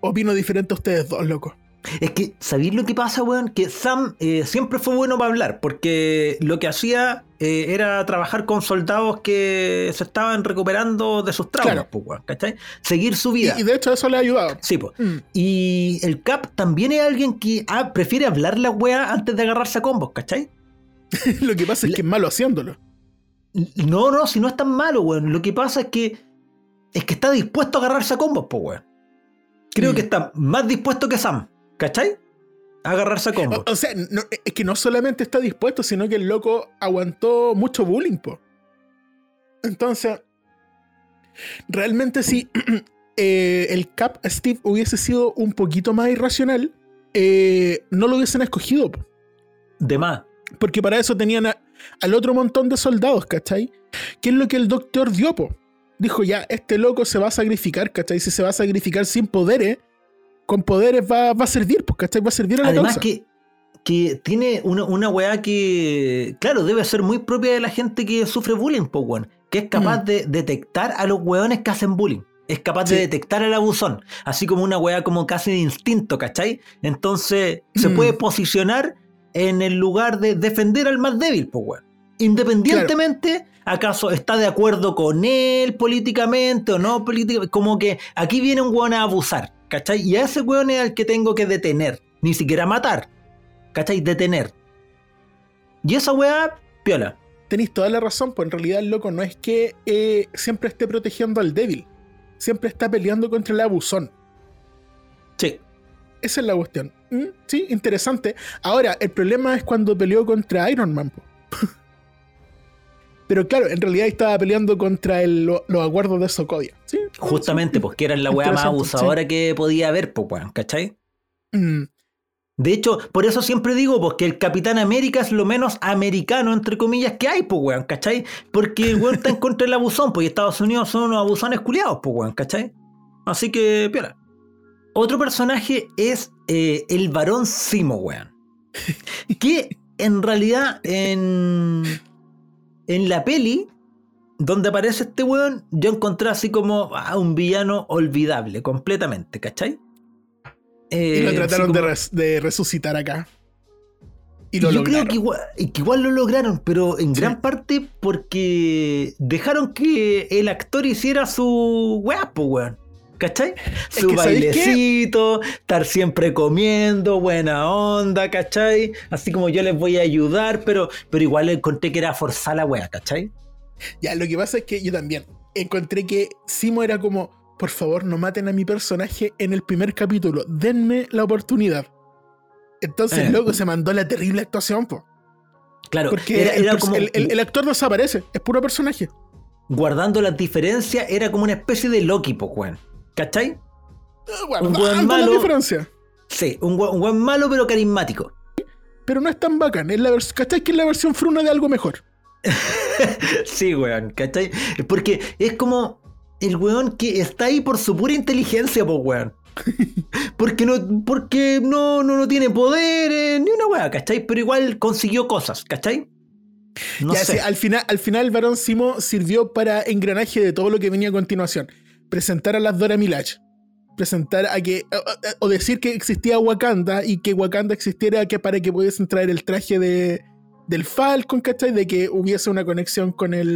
opino diferente a ustedes dos, loco. Es que, ¿sabéis lo que pasa, weón? Que Sam siempre fue bueno para hablar, porque lo que hacía era trabajar con soldados que se estaban recuperando de sus traumas, Claro. pues, weón, ¿cachai? Seguir su vida. Y de hecho eso le ha ayudado. Sí, pues. Y el Cap también es alguien que prefiere hablar la weá antes de agarrarse a combos, ¿cachai? Lo que pasa es que es malo haciéndolo. No, si no es tan malo, weón. Lo que pasa es que está dispuesto a agarrarse a combos, pues, weón. Creo que está más dispuesto que Sam, ¿cachai? A agarrarse a combos. O sea, no, es que no solamente está dispuesto, sino que el loco aguantó mucho bullying, po. Entonces, realmente si el Cap Steve hubiese sido un poquito más irracional, no lo hubiesen escogido, po. De más. Porque para eso tenían al otro montón de soldados, ¿cachai? ¿Qué es lo que el doctor dio, po? Dijo, ya, este loco se va a sacrificar, ¿cachai? Si se va a sacrificar sin poderes, con poderes va a servir, pues, ¿cachai? Va a servir a la Además causa. que tiene una weá que, claro, debe ser muy propia de la gente que sufre bullying, po, weón. Que es capaz de detectar a los weones que hacen bullying. Es capaz de detectar al abusón. Así como una weá como casi de instinto, ¿cachai? Entonces se puede posicionar en el lugar de defender al más débil, po, weón. Independientemente, ¿acaso está de acuerdo con él políticamente o no políticamente? Como que aquí viene un weón a abusar, ¿cachai? Y a ese weón es al que tengo que detener. Ni siquiera matar, ¿cachai? Detener. Y esa weá, piola. Tenéis toda la razón, pues en realidad el loco no es que siempre esté protegiendo al débil. Siempre está peleando contra el abusón. Sí. Esa es la cuestión. Sí, interesante. Ahora, el problema es cuando peleó contra Iron Man, po. Pero claro, en realidad estaba peleando contra los acuerdos de Sokovia. ¿Sí? Justamente, pues que era la weá más abusadora que podía haber, pues weón, ¿cachai? De hecho, por eso siempre digo, pues que el Capitán América es lo menos americano, entre comillas, que hay, pues weón, ¿cachai? Porque el weón está en contra del abusón, pues y Estados Unidos son unos abusones culiados, pues weón, ¿cachai? Así que, piola. Otro personaje es el Barón Zemo, weón. Que en realidad en la peli donde aparece este weón, yo encontré así como un villano olvidable, completamente, ¿cachai? Y lo trataron como, de resucitar acá. Y yo lograron. creo que igual lo lograron, pero en gran parte porque dejaron que el actor hiciera su weá, po, weón. ¿Cachai? Su bailecito, estar siempre comiendo, buena onda, ¿cachai? Así como yo les voy a ayudar, pero igual encontré que era forzar la wea, ¿cachai? Ya, lo que pasa es que yo también encontré que Zemo era como, por favor, no maten a mi personaje en el primer capítulo, denme la oportunidad. Entonces, loco, se mandó la terrible actuación, po. Claro, porque era como, el actor desaparece, es puro personaje. Guardando las diferencias, era como una especie de Loki, po, weón. ¿Cachai? Un buen malo. La diferencia. Sí, un buen malo, pero carismático. Pero no es tan bacán. ¿Cachai? Que es la versión fruna de algo mejor. Sí, weón, ¿cachai? Porque es como el weón que está ahí por su pura inteligencia, po, weón. Porque no tiene poderes, ni una weá, ¿cachai? Pero igual consiguió cosas, ¿cachai? No ya, sé. Sí, al final el Barón Zemo sirvió para engranaje de todo lo que venía a continuación. Presentar a las Dora Milaje. Presentar a que... O decir que existía Wakanda y que Wakanda existiera para que pudiesen traer el traje del Falcon, ¿cachai? De que hubiese una conexión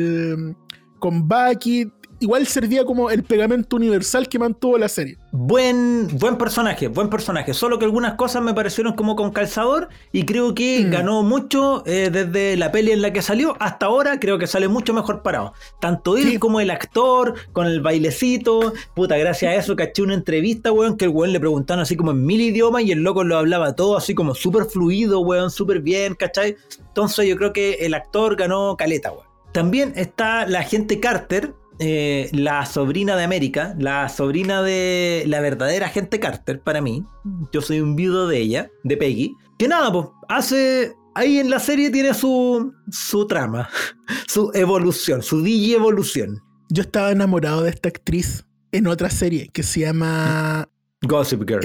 con Bucky. Igual servía como el pegamento universal que mantuvo la serie. Buen personaje. Solo que algunas cosas me parecieron como con calzador y creo que ganó mucho desde la peli en la que salió hasta ahora. Creo que sale mucho mejor parado. Tanto él como el actor, con el bailecito. Puta, gracias a eso caché una entrevista, weón, que el weón le preguntaron así como en 1000 idiomas y el loco lo hablaba todo así como súper fluido, weón, súper bien, ¿cachai? Entonces yo creo que el actor ganó caleta, weón. También está la agente Carter, la sobrina de América, la sobrina de la verdadera agente Carter para mí. Yo soy un viudo de ella, de Peggy. Que nada, pues, ahí en la serie tiene su trama, su evolución, su digievolución. Yo estaba enamorado de esta actriz en otra serie que se llama Gossip Girl.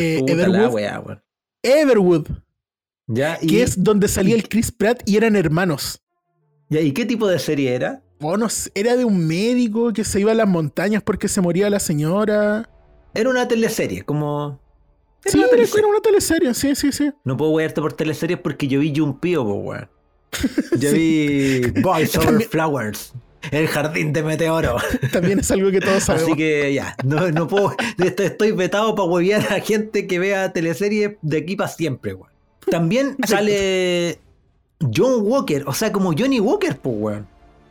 Everwood. ¿Ya? Que es donde salía el Chris Pratt y eran hermanos. ¿Ya? ¿Y qué tipo de serie era? Bueno, era de un médico que se iba a las montañas porque se moría la señora. Era una teleserie, como... Sí, era una teleserie, sí. No puedo wearte por teleseries porque yo vi Junpio, po, weón. Yo vi Boys Over Flowers. El jardín de meteoro. También es algo que todos sabemos. Así que ya, no puedo. Estoy vetado para huevear a gente que vea teleseries de aquí para siempre, weón. También sale John Walker, o sea, como Johnny Walker, pues, weón.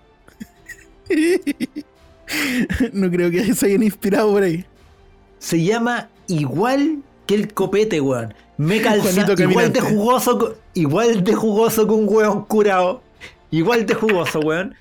No creo que se hayan inspirado por ahí. Se llama igual que el copete, weón. Me calza Juanito igual Caminante. igual de jugoso que un weón curado. Igual de jugoso, weón.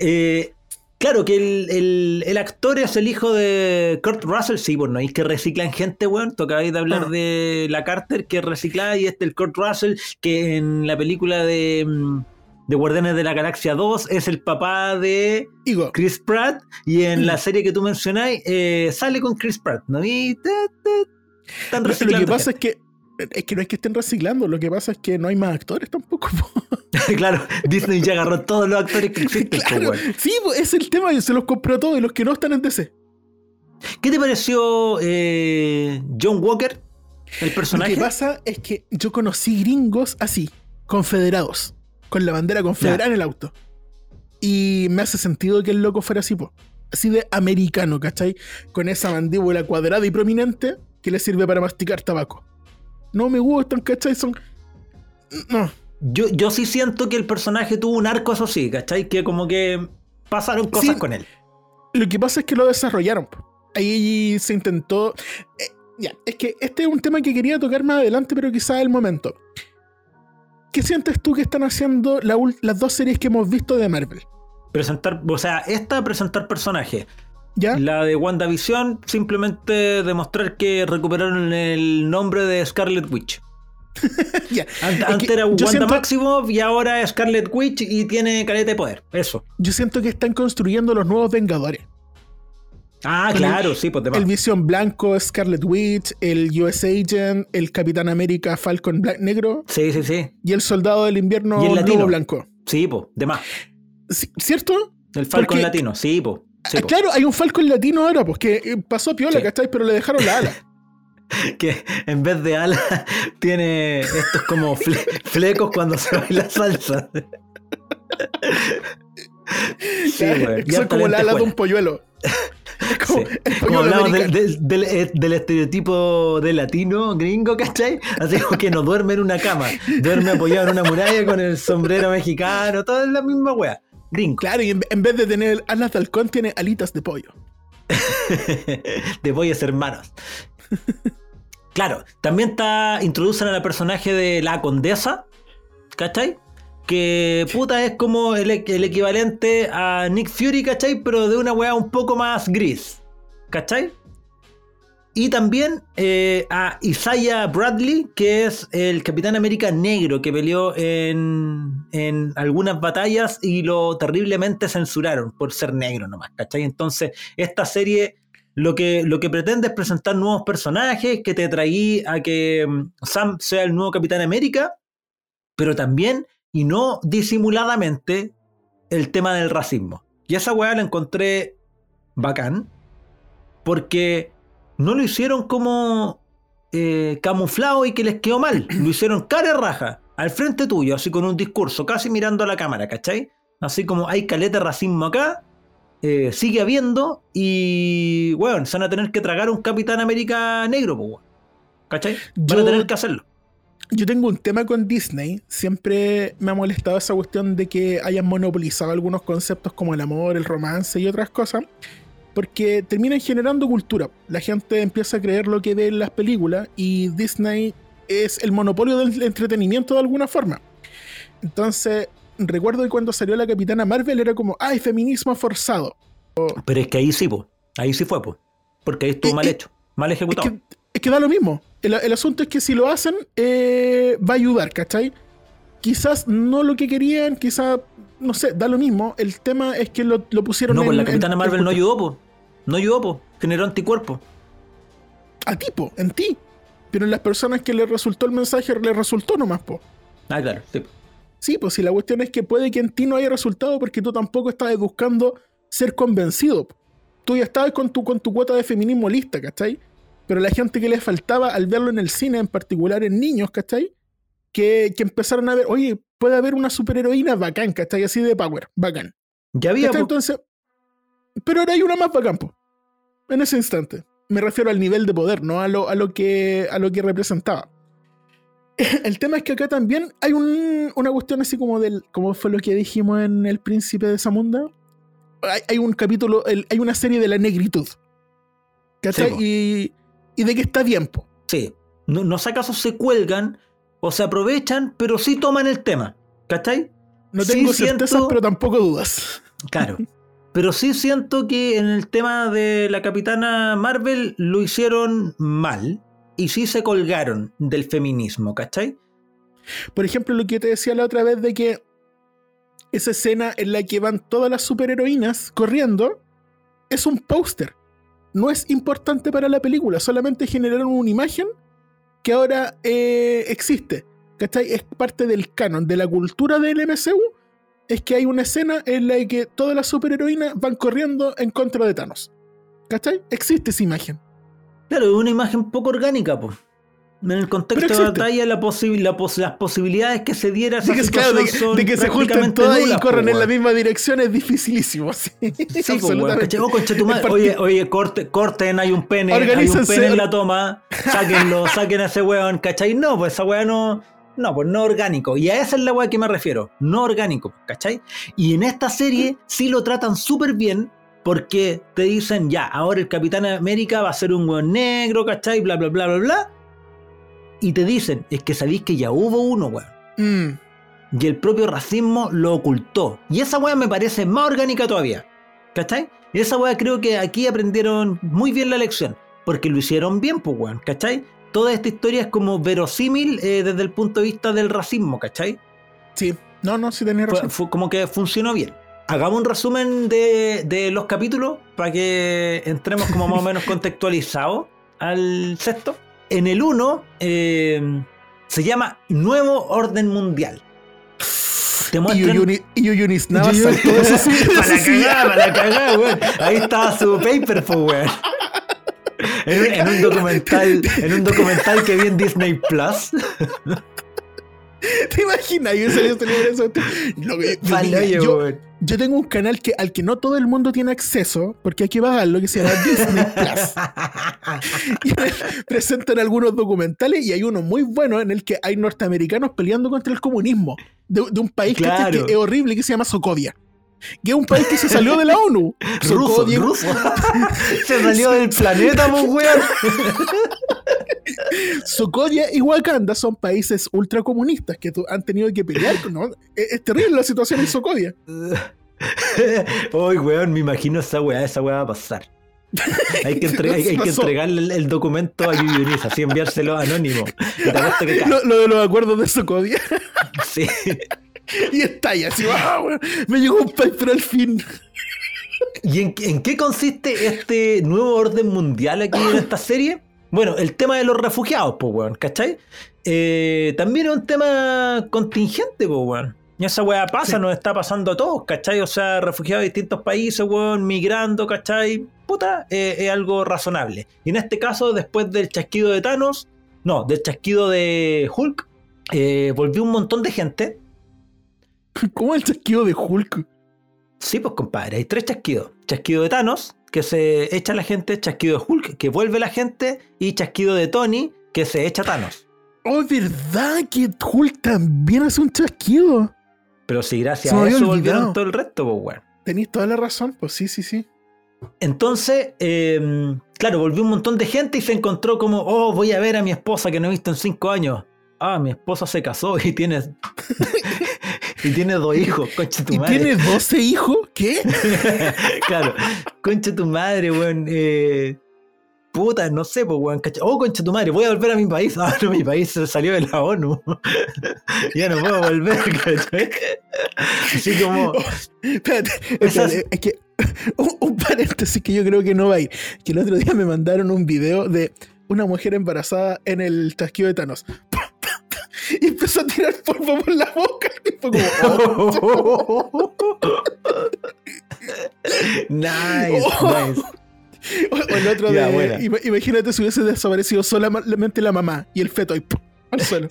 Claro que el actor es el hijo de Kurt Russell. Sí, pues no es que reciclan gente, weón. Tocabais de hablar de la Carter que recicla, y el Kurt Russell que en la película de Guardianes de la Galaxia 2 es el papá de Ego. Chris Pratt, y en la serie que tú mencionáis sale con Chris Pratt, ¿no? Y están reciclando. Lo que pasa es que no es que estén reciclando, lo que pasa es que no hay más actores tampoco. Claro, Disney ya agarró todos los actores que existen. Claro, sí, es el tema, se los compró todos y los que no están en DC. ¿Qué te pareció John Walker, el personaje? Lo que pasa es que yo conocí gringos así, confederados, con la bandera confederada en el auto. Y me hace sentido que el loco fuera así, po. Así de americano, ¿cachai? Con esa mandíbula cuadrada y prominente que le sirve para masticar tabaco. No me gustan, ¿cachai? No. Yo sí siento que el personaje tuvo un arco, eso sí, ¿cachai? Que como que pasaron cosas con él. Lo que pasa es que lo desarrollaron. Ahí se intentó... es que este es un tema que quería tocar más adelante, pero quizás es el momento. ¿Qué sientes tú que están haciendo las dos series que hemos visto de Marvel? Presentar personajes. ¿Ya? La de WandaVision, simplemente demostrar que recuperaron el nombre de Scarlet Witch. Yeah. Antes era Wanda Maximoff y ahora es Scarlet Witch y tiene caleta de poder. Eso. Yo siento que están construyendo los nuevos Vengadores. Ah, claro, sí, pues el Visión Blanco, Scarlet Witch, el US Agent, el Capitán América Falcon Negro. Sí. Y el Soldado del Invierno Lobo Blanco. Sí, pues, demás. ¿Cierto? El Falcon latino, sí, pues. Sí, claro, hay un Falcon latino ahora, pues que pasó piola, sí. ¿Cachai? Pero le dejaron la ala. Que en vez de ala tiene estos como flecos cuando se baila salsa. Sí, güey. Son como la ala de un polluelo. Es como, sí. Como hablamos del estereotipo de latino gringo, ¿cachai? Así como que no duerme en una cama, duerme apoyado en una muralla con el sombrero mexicano, todo es la misma wea. Gringo. Claro, y en vez de tener alas de halcón, tiene alitas de pollo. De pollos hermanos. Claro, también introducen a la personaje de la condesa, ¿cachai? Que puta es como el equivalente a Nick Fury, ¿cachai? Pero de una weá un poco más gris, ¿cachai? Y también a Isaiah Bradley, que es el Capitán América negro que peleó en algunas batallas y lo terriblemente censuraron por ser negro nomás, ¿cachai? Entonces, esta serie lo que pretende es presentar nuevos personajes, que te traí a que Sam sea el nuevo Capitán América, pero también, y no disimuladamente, el tema del racismo. Y esa weá la encontré bacán, porque no lo hicieron como camuflado y que les quedó mal. Lo hicieron cara raja, al frente tuyo, así con un discurso, casi mirando a la cámara, ¿cachai? Así como hay caleta de racismo acá, sigue habiendo, y weón, se van a tener que tragar un Capitán América negro, pues, weón. ¿Cachai? Van a tener que hacerlo. Yo tengo un tema con Disney. Siempre me ha molestado esa cuestión de que hayan monopolizado algunos conceptos como el amor, el romance y otras cosas, porque terminan generando cultura. La gente empieza a creer lo que ve en las películas y Disney es el monopolio del entretenimiento de alguna forma. Entonces, recuerdo que cuando salió la Capitana Marvel era como, ¡ay, feminismo forzado! Pero es que ahí sí, po. Ahí sí fue, po. Porque ahí estuvo mal hecho, mal ejecutado. Es que da lo mismo. El asunto es que si lo hacen, va a ayudar, ¿cachai? Quizás no lo que querían, quizás, no sé, da lo mismo. El tema es que lo pusieron no, con la Capitana Marvel no ayudó, po. No ayudó, po. Generó anticuerpos. A ti, po. En ti. Pero en las personas que les resultó el mensaje, les resultó nomás, po. Ah, claro, sí. Sí, pues si la cuestión es que puede que en ti no haya resultado porque tú tampoco estabas buscando ser convencido. Tú ya estabas con tu cuota de feminismo lista, ¿cachai? pero la gente que le faltaba al verlo en el cine, en particular en niños, ¿cachai? Que empezaron a ver, oye, puede haber una superheroína bacán, ¿cachai? Así de power, bacán. Ya había, entonces, pero ahora hay una más bacán, po, en ese instante. Me refiero al nivel de poder, no a lo que representaba. El tema es que acá también hay una cuestión así como como fue lo que dijimos en El Príncipe de Zamunda. Hay un capítulo, hay una serie de la negritud, ¿cachai? Sí, y de que está bien, po. Sí, no sé acaso se cuelgan o se aprovechan, pero sí toman el tema, ¿cachai? No tengo sí certezas, pero tampoco dudas. Claro, pero sí siento que en el tema de la Capitana Marvel lo hicieron mal y sí se colgaron del feminismo, ¿cachai? Por ejemplo, lo que te decía la otra vez de que esa escena en la que van todas las superheroínas corriendo es un póster. No es importante para la película, solamente generaron una imagen que ahora existe, ¿cachai? Es parte del canon, de la cultura del MCU, es que hay una escena en la que todas las superheroínas van corriendo en contra de Thanos, ¿cachai? Existe esa imagen. Claro, es una imagen poco orgánica, pues. En el contexto de batalla, las posibilidades que se diera esa situación son de que se junten todas nulas, y corran en la misma dirección es dificilísimo. Sí, absolutamente. Concha tu madre. Oye, corten, hay un pene en la toma, saquen a ese weón, ¿cachai? No, pues esa weá no, pues no orgánico. Y a esa es la weá que me refiero, no orgánico, ¿cachai? Y en esta serie sí lo tratan súper bien, porque te dicen, ya, ahora el Capitán América va a ser un weón negro, ¿cachai? Bla, bla, bla, bla, bla. Y te dicen, es que sabéis que ya hubo uno, weón. Y el propio racismo lo ocultó. Y esa weá me parece más orgánica todavía, ¿cachai? Y esa weá creo que aquí aprendieron muy bien la lección, porque lo hicieron bien, pues, weón, ¿cachai? Toda esta historia es como verosímil desde el punto de vista del racismo, ¿cachai? Sí, sí tenés razón. Fue como que funcionó bien. Hagamos un resumen de los capítulos para que entremos como más o menos contextualizados al sexto. En el 1 se llama Nuevo Orden Mundial. Te muestran... Y Yunis Navas saltó de eso. Para la cagada, weón. Ahí estaba su paper, pues, weón. En un documental que vi en Disney Plus. ¿Te imaginas? Yo tengo un canal al que no todo el mundo tiene acceso, porque hay que pagarlo, que se llama Disney Plus. Y presentan algunos documentales y hay uno muy bueno en el que hay norteamericanos peleando contra el comunismo de un país que es horrible, que se llama Sokovia. Que es un país que se salió de la ONU. Ruso. Se salió del planeta, pues, weón. Sokovia y Wakanda son países ultracomunistas que han tenido que pelear, ¿no? Es terrible la situación en Sokovia. Uy, weón, me imagino esa weá va a pasar. Hay que entregarle el documento a Yunis, así enviárselo anónimo. Lo de los acuerdos de Sokovia. Sí. Y estalla así, me llegó un paper al fin. ¿Y en qué consiste este nuevo orden mundial aquí en esta serie? Bueno, el tema de los refugiados, pues, weón, ¿cachai? También es un tema contingente, pues, weón. Y esa weá pasa, sí. Nos está pasando a todos, ¿cachai? O sea, refugiados de distintos países, weón, migrando, ¿cachai? Puta, es algo razonable. Y en este caso, después del chasquido de Thanos, del chasquido de Hulk, volvió un montón de gente. ¿Cómo el chasquido de Hulk? Sí, pues, compadre, hay 3 chasquidos. Chasquido de Thanos, que se echa la gente, chasquido de Hulk, que vuelve la gente, y chasquido de Tony, que se echa Thanos. Oh, ¿verdad? Que Hulk también hace un chasquido. Pero si gracias a eso volvieron todo el resto, pues, weón. Tenís toda la razón, pues sí. Entonces, claro, volvió un montón de gente y se encontró como, voy a ver a mi esposa que no he visto en 5 años. Mi esposa se casó y tiene 2 hijos, concha tu madre. ¿Y tiene 12 hijos? ¿Qué? Claro, concha tu madre, weón. Puta, no sé, pues, weón. Concha tu madre, voy a volver a mi país. No, mi país salió de la ONU. Ya no puedo volver, ¿cachai? Así como... Espérate, es que un paréntesis que yo creo que no va a ir. Que el otro día me mandaron un video de una mujer embarazada en el chasquido de Thanos. Y empezó a tirar polvo por la boca. Y fue como... Nice. O el otro Ya, de... buena. Imagínate si hubiese desaparecido solamente la mamá y el feto y ¡pum! Al suelo.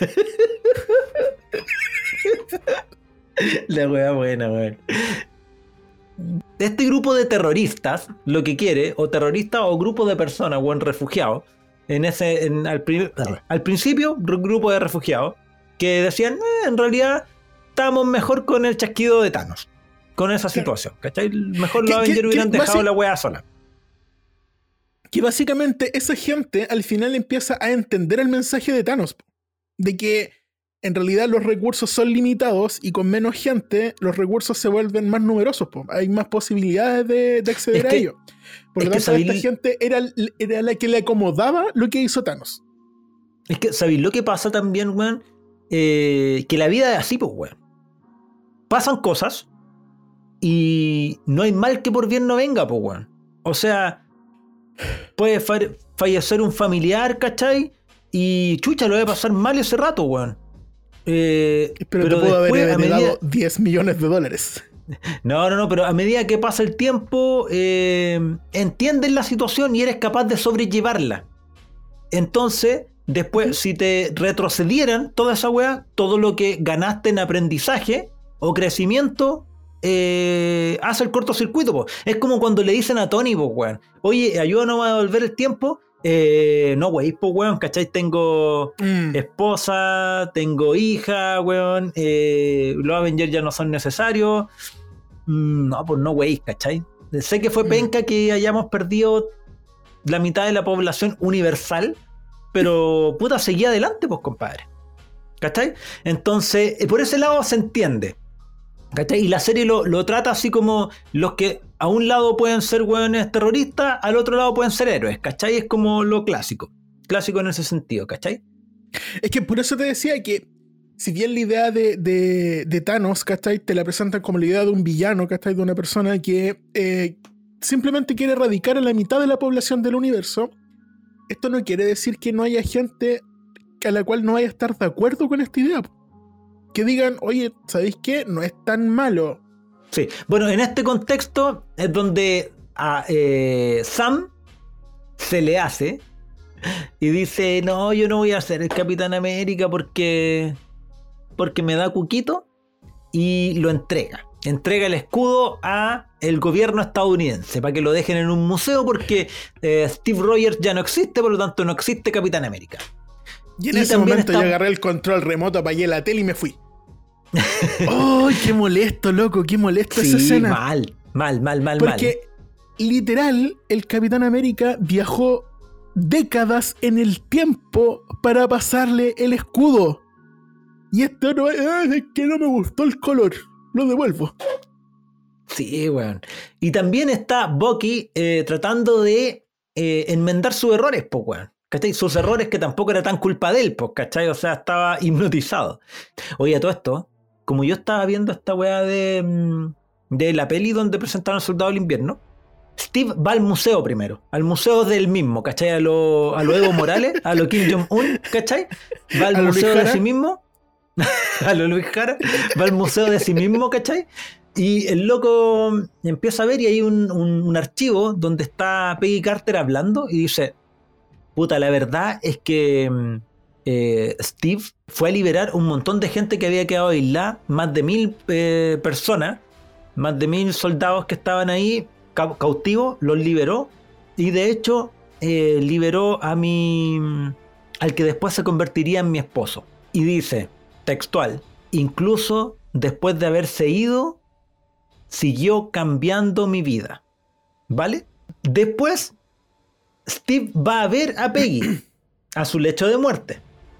La wea buena, weón. Este grupo de terroristas lo que quiere, o terroristas o grupo de personas, weón, refugiados, al principio, grupo de refugiados, que decían, en realidad estamos mejor con el chasquido de Thanos, con esa situación, ¿cachai? Mejor los Avengers hubieran dejado la wea sola. Que básicamente esa gente al final empieza a entender el mensaje de Thanos, de que en realidad los recursos son limitados y con menos gente los recursos se vuelven más numerosos, po. Hay más posibilidades de acceder a ellos. Por lo tanto, esta gente era la que le acomodaba lo que hizo Thanos. Es que, ¿sabéis lo que pasa también, weón? Que la vida es así, pues, weón. Pasan cosas y no hay mal que por bien no venga, pues, weón. O sea, puede fallecer un familiar, ¿cachai? Y chucha, lo voy a pasar mal ese rato, weón. Pero te puedo haber heredado $10 millones. No, pero a medida que pasa el tiempo, entiendes la situación y eres capaz de sobrellevarla. Entonces, después, si te retrocedieran toda esa weá, todo lo que ganaste en aprendizaje o crecimiento, hace el cortocircuito, po. Es como cuando le dicen a Tony, po, weón, oye, ayúdanos a devolver el tiempo. No, wey, pues, weón, ¿cachai? Tengo esposa, tengo hija, weón, los Avengers ya no son necesarios. No, pues no, wey, ¿cachai? Sé que fue penca que hayamos perdido la mitad de la población universal, pero puta, seguí adelante, pues, compadre. ¿Cachai? Entonces, por ese lado se entiende. ¿Cachai? Y la serie lo trata así como los que a un lado pueden ser hueones terroristas, al otro lado pueden ser héroes, ¿cachai? Es como lo clásico en ese sentido, ¿cachai? Es que por eso te decía que si bien la idea de Thanos, ¿cachai? Te la presentan como la idea de un villano, ¿cachai? De una persona que simplemente quiere erradicar a la mitad de la población del universo. Esto no quiere decir que no haya gente a la cual no vaya a estar de acuerdo con esta idea. Que digan, oye, ¿sabéis qué? No es tan malo. Sí, bueno, en este contexto es donde a Sam se le hace y dice, no, yo no voy a ser el Capitán América porque me da cuquito, y lo entrega el escudo a el gobierno estadounidense para que lo dejen en un museo porque Steve Rogers ya no existe, por lo tanto no existe Capitán América. Y en ese momento yo agarré el control remoto, apagué la tele y me fui. ¡Ay, qué molesto, loco! ¡Qué molesto esa escena! Mal. Porque literal, el Capitán América viajó décadas en el tiempo para pasarle el escudo. Y esto no es que no me gustó el color. Lo devuelvo. Sí, weón. Y también está Bucky tratando de enmendar sus errores, pues, weón. ¿Cachai? Sus errores que tampoco era tan culpa de él, pues, ¿cachai? O sea, estaba hipnotizado. Oye, a todo esto, como yo estaba viendo esta weá de la peli donde presentaron al Soldado del Invierno, Steve va al museo primero, al museo del mismo, ¿cachai? A lo Evo Morales, a lo Kim Jong-un, ¿cachai? Va al museo de sí mismo, a lo Luis Jara, va al museo de sí mismo, ¿cachai? Y el loco empieza a ver y hay un archivo donde está Peggy Carter hablando y dice, puta, la verdad es que Steve fue a liberar un montón de gente que había quedado aislada, más de 1,000 personas, más de 1,000 soldados que estaban ahí cautivos, los liberó, y de hecho liberó al que después se convertiría en mi esposo. Y dice, textual, incluso después de haberse ido, siguió cambiando mi vida. ¿Vale? Después Steve va a ver a Peggy a su lecho de muerte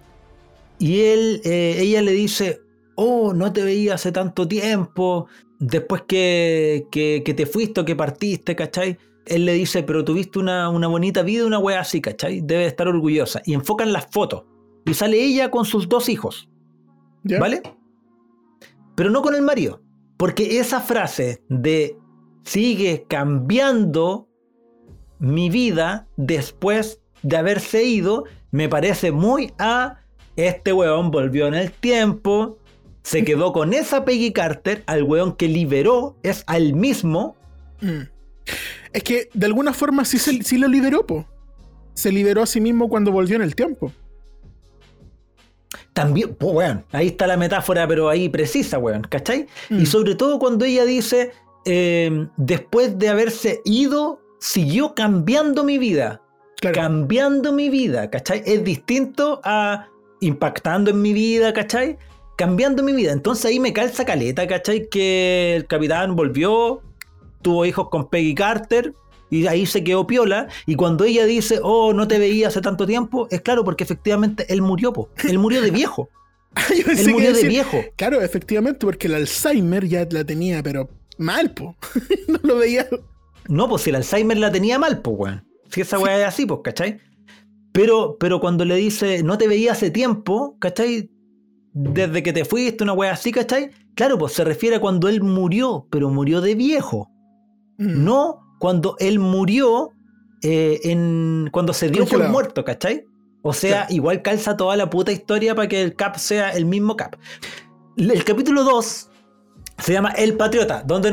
y ella le dice, oh, no te veía hace tanto tiempo, después que te fuiste o que partiste, ¿cachai? Él le dice, pero tuviste una bonita vida, una wea así, ¿cachai? Debe estar orgullosa. Y enfocan las fotos y sale ella con sus 2 hijos, ¿yeah? ¿Vale? Pero no con el marido, porque esa frase de sigue cambiando mi vida después de haberse ido, me parece muy a este weón volvió en el tiempo, se quedó con esa Peggy Carter, al weón que liberó es al mismo. Es que de alguna forma sí lo liberó, po. Se liberó a sí mismo cuando volvió en el tiempo. También, pues weón, ahí está la metáfora, pero ahí precisa, weón, ¿cachai? Y sobre todo cuando ella dice, después de haberse ido, siguió cambiando mi vida. Claro. Cambiando mi vida, ¿cachai? Es distinto a impactando en mi vida, ¿cachai? Cambiando mi vida. Entonces ahí me calza caleta, ¿cachai? Que el capitán volvió, tuvo hijos con Peggy Carter y ahí se quedó piola. Y cuando ella dice, oh, no te veía hace tanto tiempo, es claro, porque efectivamente él murió, po. Él murió de viejo. Él murió de viejo. Claro, efectivamente, porque el Alzheimer ya la tenía, pero mal, po. No lo veía. No, pues si el Alzheimer la tenía mal, pues, weón. Si esa weá es así, pues, ¿cachai? Pero cuando le dice, no te veía hace tiempo, ¿cachai? Desde que te fuiste, una weá así, ¿cachai? Claro, pues se refiere a cuando él murió, pero murió de viejo. No cuando él murió cuando se dio por muerto, ¿cachai? O sea, igual calza toda la puta historia para que el Cap sea el mismo Cap. El capítulo 2 se llama El Patriota, donde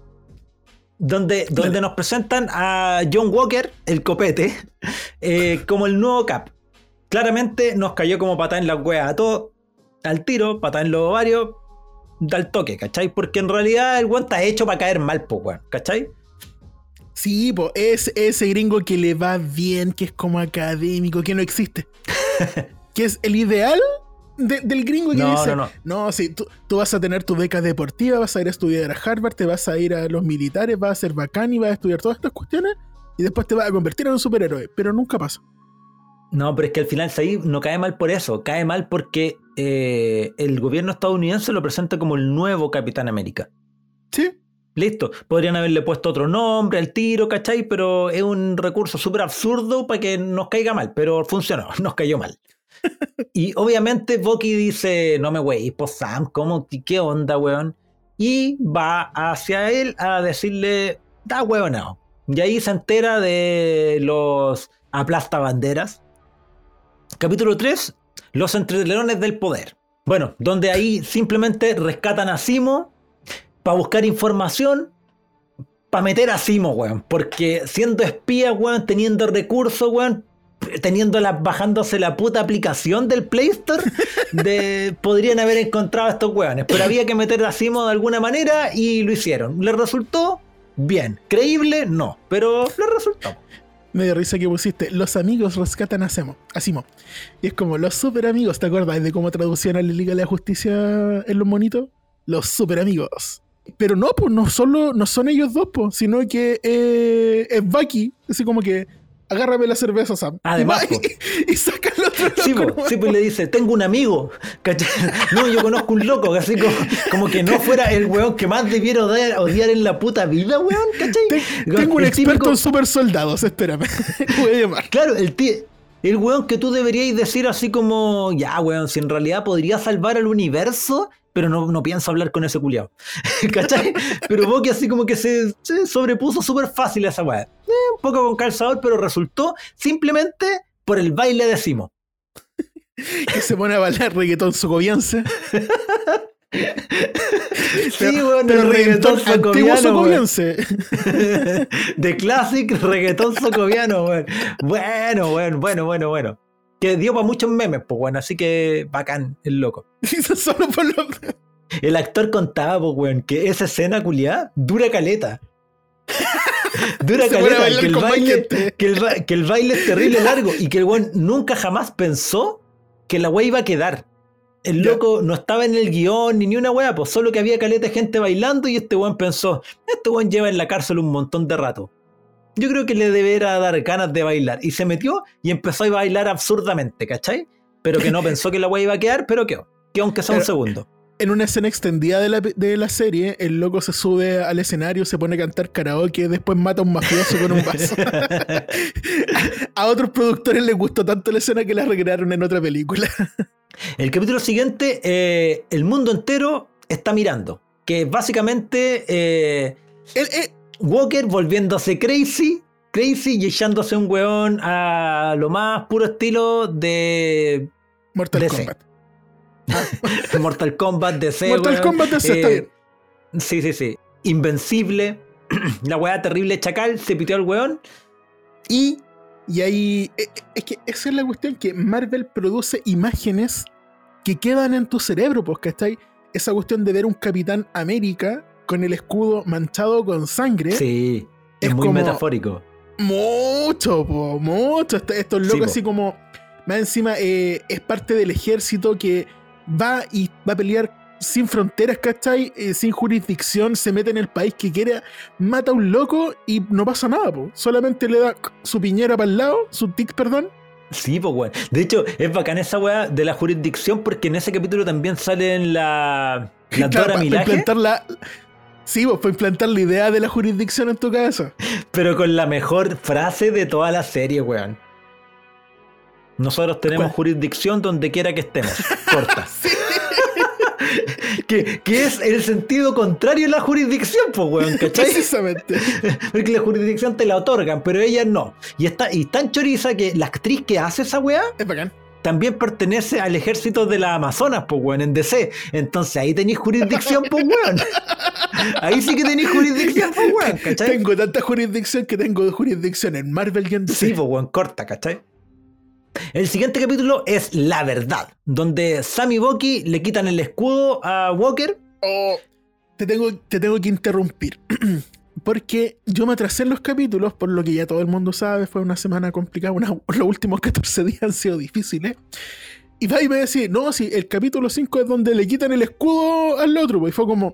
nos presentan a John Walker, el copete, como el nuevo Cap. Claramente nos cayó como patada en la wea a todo, al tiro, patada en los ovarios, al toque, ¿cachai? Porque en realidad el weón está hecho para caer mal, pues, weón, ¿cachai? Sí, po, es ese gringo que le va bien, que es como académico, que no existe. Que es el ideal del gringo que dice, no, sí, tú vas a tener tu beca deportiva, vas a ir a estudiar a Harvard, te vas a ir a los militares, vas a ser bacán y vas a estudiar todas estas cuestiones y después te vas a convertir en un superhéroe, pero nunca pasa. No, pero es que al final ahí no cae mal por eso, cae mal porque el gobierno estadounidense lo presenta como el nuevo Capitán América. Sí. Listo, podrían haberle puesto otro nombre al tiro, ¿cachai? Pero es un recurso súper absurdo para que nos caiga mal, pero funcionó, nos cayó mal. Y obviamente Bucky dice, no me wey, pues Sam, ¿cómo? ¿Qué onda, weón? Y va hacia él a decirle, da weón, no. Y ahí se entera de los aplastabanderas. Capítulo 3, los entreleones del poder. Bueno, donde ahí simplemente rescatan a Zemo para buscar información, para meter a Zemo, weón. Porque siendo espía, weón, teniendo recursos, weón, bajándose la puta aplicación del Play Store, podrían haber encontrado a estos weones. Pero había que meter a Zemo de alguna manera y lo hicieron. ¿Les resultó? Bien. ¿Creíble? No. Pero les resultó. Me dio risa que pusiste, los amigos rescatan a Zemo. Y es como, los super amigos, ¿te acuerdas de cómo traducían a la Liga de la Justicia en los monitos? Los super amigos. Pero no, pues no son ellos dos, pues, sino que es Bucky, así como que agárrame la cerveza, Sam. Además, y saca el otro loco. Sí, pues le dice, tengo un amigo, ¿cachai? No, yo conozco un loco, así como que no fuera el weón que más debiera odiar en la puta vida, weón, ¿cachai? Tengo un experto en super soldados, espérame. Voy a llamar. Claro, el weón que tú deberíais decir así como, ya, weón, si en realidad podría salvar al universo, pero no pienso hablar con ese culiao. ¿Cachai? Pero Bucky así como que se sobrepuso súper fácil a esa weá. Un poco con calzador, pero resultó simplemente por el baile de Zemo. Que se pone a bailar reggaetón socoviense. Sí, weón, el reggaetón socoviano. De classic reggaetón socoviano, weón. Bueno. Que dio para muchos memes, pues bueno, así que bacán, el loco. Solo por lo... El actor contaba, pues weón, que esa escena culiada dura caleta. Dura caleta, que el baile es terrible largo y que el weón nunca jamás pensó que la weá iba a quedar. El loco no estaba en el guión ni una weá, pues solo que había caleta de gente bailando y este weón pensó, este weón lleva en la cárcel un montón de rato. Yo creo que le deberá dar ganas de bailar. Y se metió y empezó a bailar absurdamente, ¿cachai? Pero que no pensó que la weá iba a quedar, pero quedó aunque sea un segundo. En una escena extendida de la serie, el loco se sube al escenario, se pone a cantar karaoke, después mata a un mafioso con un vaso. A otros productores les gustó tanto la escena que la recrearon en otra película. El capítulo siguiente, el mundo entero está mirando. Que básicamente... Walker volviéndose crazy y echándose un weón a lo más puro estilo de Mortal Kombat. Mortal Kombat DC. Mortal Kombat DC, está bien. Sí. Invencible. la weá terrible Chacal, se piteó al weón. Y ahí, es que esa es la cuestión, que Marvel produce imágenes que quedan en tu cerebro, pues, ¿cachai? Esa cuestión de ver un Capitán América con el escudo manchado con sangre. Sí, es muy como metafórico. Mucho. Estos locos, sí, así como, más encima, es parte del ejército que va a pelear sin fronteras, ¿cachai? Sin jurisdicción, se mete en el país que quiera, mata a un loco y no pasa nada, po. Solamente le da su piñera para el lado, su tic, perdón. Sí, pues weón. De hecho, es bacán esa weá de la jurisdicción, porque en ese capítulo también salen la Dora Milaje. Sí, vos para implantar la idea de la jurisdicción en tu cabeza. Pero con la mejor frase de toda la serie, weón. Nosotros tenemos jurisdicción donde quiera que estemos. Corta. Sí. que es el sentido contrario de la jurisdicción, pues, weón, ¿cachai? Precisamente. Porque la jurisdicción te la otorgan, pero ellas no. Y tan choriza que la actriz que hace esa weá es bacán. También pertenece al ejército de las Amazonas, pues, weón, en DC. Entonces ahí tenéis jurisdicción, pues, weón. Ahí sí que tenéis jurisdicción, pues, weón, ¿cachai? Tengo tanta jurisdicción que tengo jurisdicción en Marvel y en DC. Sí, pues, weón, corta, ¿cachai? El siguiente capítulo es La Verdad, donde Sam y Bucky le quitan el escudo a Walker. Te tengo que interrumpir. Porque yo me atrasé en los capítulos, por lo que ya todo el mundo sabe, fue una semana complicada, los últimos 14 días han sido difíciles. Y va y me decía, no, sí, el capítulo 5 es donde le quitan el escudo al otro, y fue como,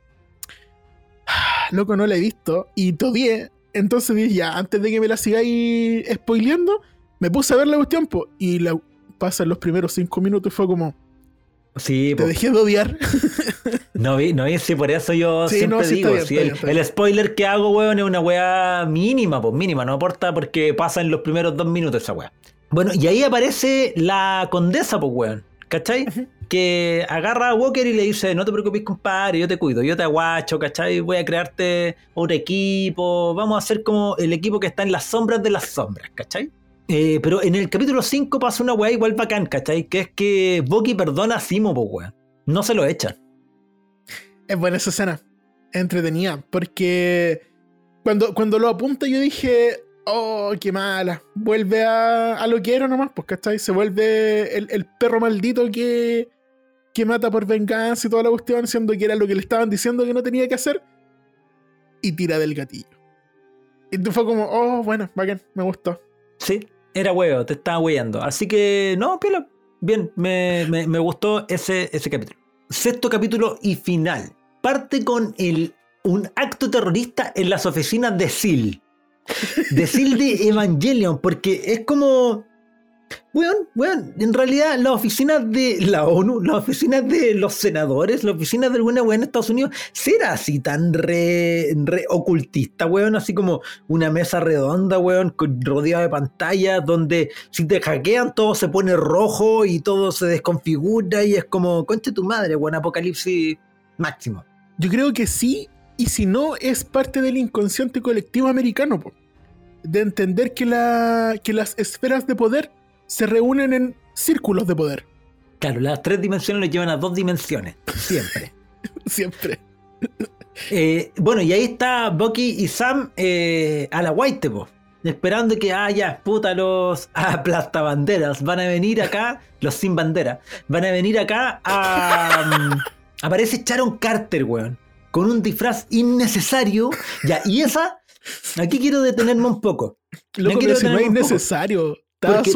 loco, no la he visto, y todavía, entonces dije, ya, antes de que me la sigáis spoileando, me puse a ver la cuestión, y pasan los primeros 5 minutos y fue como, sí, te dejé de odiar. No vi, sí, por eso yo siempre digo, el spoiler que hago, weón, es una weá mínima, pues mínima, no aporta porque pasa en los primeros 2 minutos esa weá. Bueno, y ahí aparece la condesa, pues weón, ¿cachai? Uh-huh. Que agarra a Walker y le dice, no te preocupes, compadre, yo te cuido, yo te aguacho, ¿cachai? Voy a crearte otro equipo, vamos a hacer como el equipo que está en las sombras de las sombras, ¿cachai? Pero en el capítulo 5 pasa una weá igual bacán, ¿cachai? Que es que Bucky perdona a Zemo, pues weón, no se lo echan. Es buena esa escena, es entretenida, porque cuando lo apunta yo dije, oh, qué mala, vuelve a lo que era nomás, pues, ¿cachai? Se vuelve el perro maldito que mata por venganza y toda la cuestión, siendo que era lo que le estaban diciendo que no tenía que hacer, y tira del gatillo. Y fue como, oh, bueno, bacán, me gustó. Sí, era huevo, te estaba hueando, así que, no, piola, bien, me gustó ese capítulo. Sexto capítulo y final. Parte con un acto terrorista en las oficinas de S.H.I.E.L.D. De S.H.I.E.L.D. de Evangelion, porque es como... Weón, en realidad las oficinas de la ONU, las oficinas de los senadores, las oficinas de alguna weón en Estados Unidos, ¿será así tan re ocultista, weón? Así como una mesa redonda, weón, rodeada de pantallas, donde si te hackean todo se pone rojo y todo se desconfigura y es como, concha tu madre, weón, apocalipsis máximo. Yo creo que sí, y si no, es parte del inconsciente colectivo americano, po, de entender que las esferas de poder se reúnen en círculos de poder. Claro, las 3 dimensiones lo llevan a 2 dimensiones. Siempre. Siempre. Bueno, y ahí está Bucky y Sam a la White, po, esperando que ya, puta, los aplastabanderas van a venir acá, los sin bandera, van a venir acá a... Aparece Sharon Carter, weón, con un disfraz innecesario. Ya, y esa... Aquí quiero detenerme un poco. Loco, pero si no es innecesario... Porque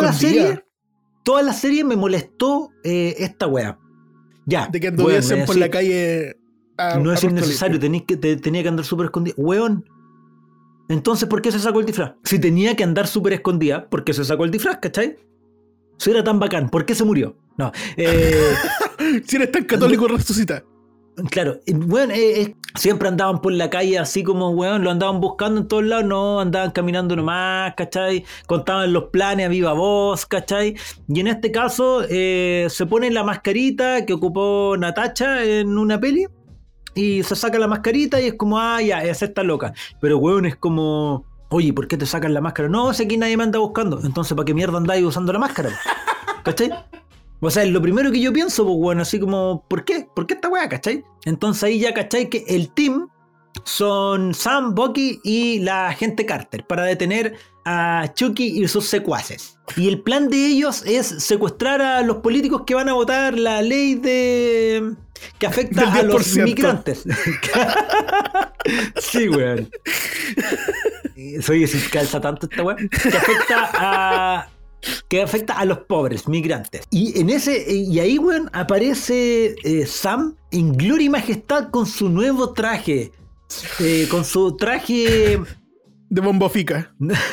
toda la serie me molestó esta weá. Ya. De que anduviesen por la calle. No es innecesario, tenía que andar súper escondida. Weón. Entonces, ¿por qué se sacó el disfraz? Si tenía que andar súper escondida, ¿por qué se sacó el disfraz? ¿Cachai? Si era tan bacán, ¿por qué se murió? No. Si eres tan católico, resucita. Claro, bueno, siempre andaban por la calle así como, weón, lo andaban buscando en todos lados, no, andaban caminando nomás, ¿cachai? Contaban los planes a viva voz, ¿cachai? Y en este caso se pone la mascarita que ocupó Natasha en una peli y se saca la mascarita y es como, ya, es esta loca. Pero, weón, es como, oye, ¿por qué te sacan la máscara? No, sé que nadie me anda buscando, entonces ¿para qué mierda andáis usando la máscara? ¿Cachai? O sea, es lo primero que yo pienso, pues, bueno, así como, ¿por qué? ¿Por qué esta weá, cachai? Entonces ahí ya, cachai, que el team son Sam, Bucky y la agente Carter para detener a Chucky y sus secuaces. Y el plan de ellos es secuestrar a los políticos que van a votar la ley que afecta a los migrantes. Sí, weón. Soy si calza tanto esta weón. Que afecta a los pobres migrantes. Y ahí, weón, aparece Sam en gloria y majestad con su nuevo traje. Con su traje de bombofica.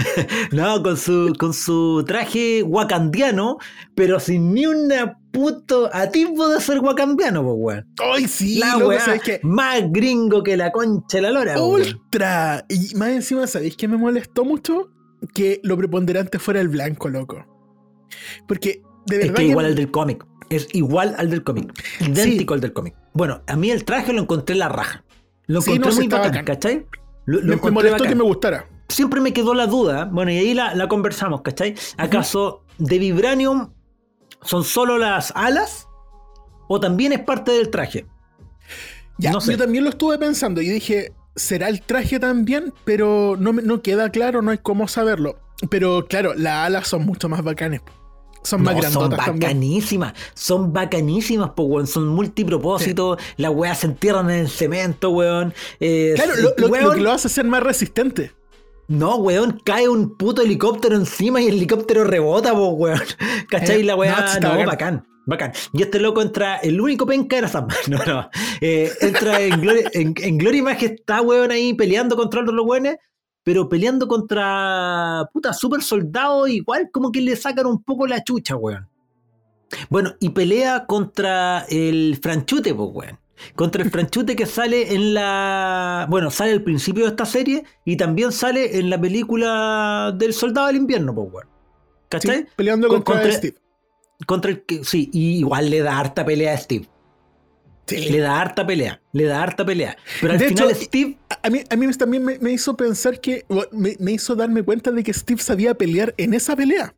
No, con su traje wakandiano, pero sin ni una puto atisbo de ser wakandiano, pues, weón. ¡Ay, sí! La loco, weá ¿sabes qué? Más gringo que la concha de la lora, weón. ¡Ultra! Y más encima, ¿sabéis qué me molestó mucho? Que lo preponderante fuera el blanco, loco. Porque, de verdad. Es que igual al del cómic. Es igual al del cómic. Idéntico al del cómic. Bueno, a mí el traje lo encontré en la raja. Lo encontré muy bacán, ¿cachai? Me molestó bacán. Que me gustara. Siempre me quedó la duda, bueno, y ahí la conversamos, ¿cachai? ¿Acaso de Vibranium son solo las alas? ¿O también es parte del traje? Ya, no sé. Yo también lo estuve pensando y dije, ¿será el traje también? Pero no queda claro, no hay cómo saberlo. Pero claro, las alas son mucho más bacanes. Son más grandotas también. Son bacanísimas, po, weón. Son multipropósitos. Sí. Las weas se entierran en el cemento, weón. Claro, lo que lo hace ser más resistente. No, weón, cae un puto helicóptero encima y el helicóptero rebota, po, weón. ¿Cachai? La weá, no, bacán. Y este loco entra, el único penca era Sam. No. Entra en gloria y majestad, weón, ahí peleando contra los weones. Pero peleando contra super soldados, igual como que le sacan un poco la chucha, weón. Bueno, y pelea contra el franchute, pues, weón. Contra el franchute que sale en la... Bueno, sale al principio de esta serie y también sale en la película del Soldado del Invierno, pues, weón. ¿Cachai? Sí, peleando contra Steve. Contra el que... Sí, y igual le da harta pelea a Steve. Sí. Le da harta pelea. Pero al de final hecho, Steve... A mí también me hizo pensar que... Me hizo darme cuenta de que Steve sabía pelear en esa pelea.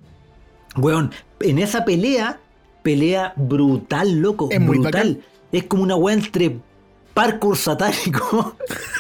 Weón, en esa pelea brutal, loco. Es muy brutal. Bacán. Es como una weá entre parkour satánico.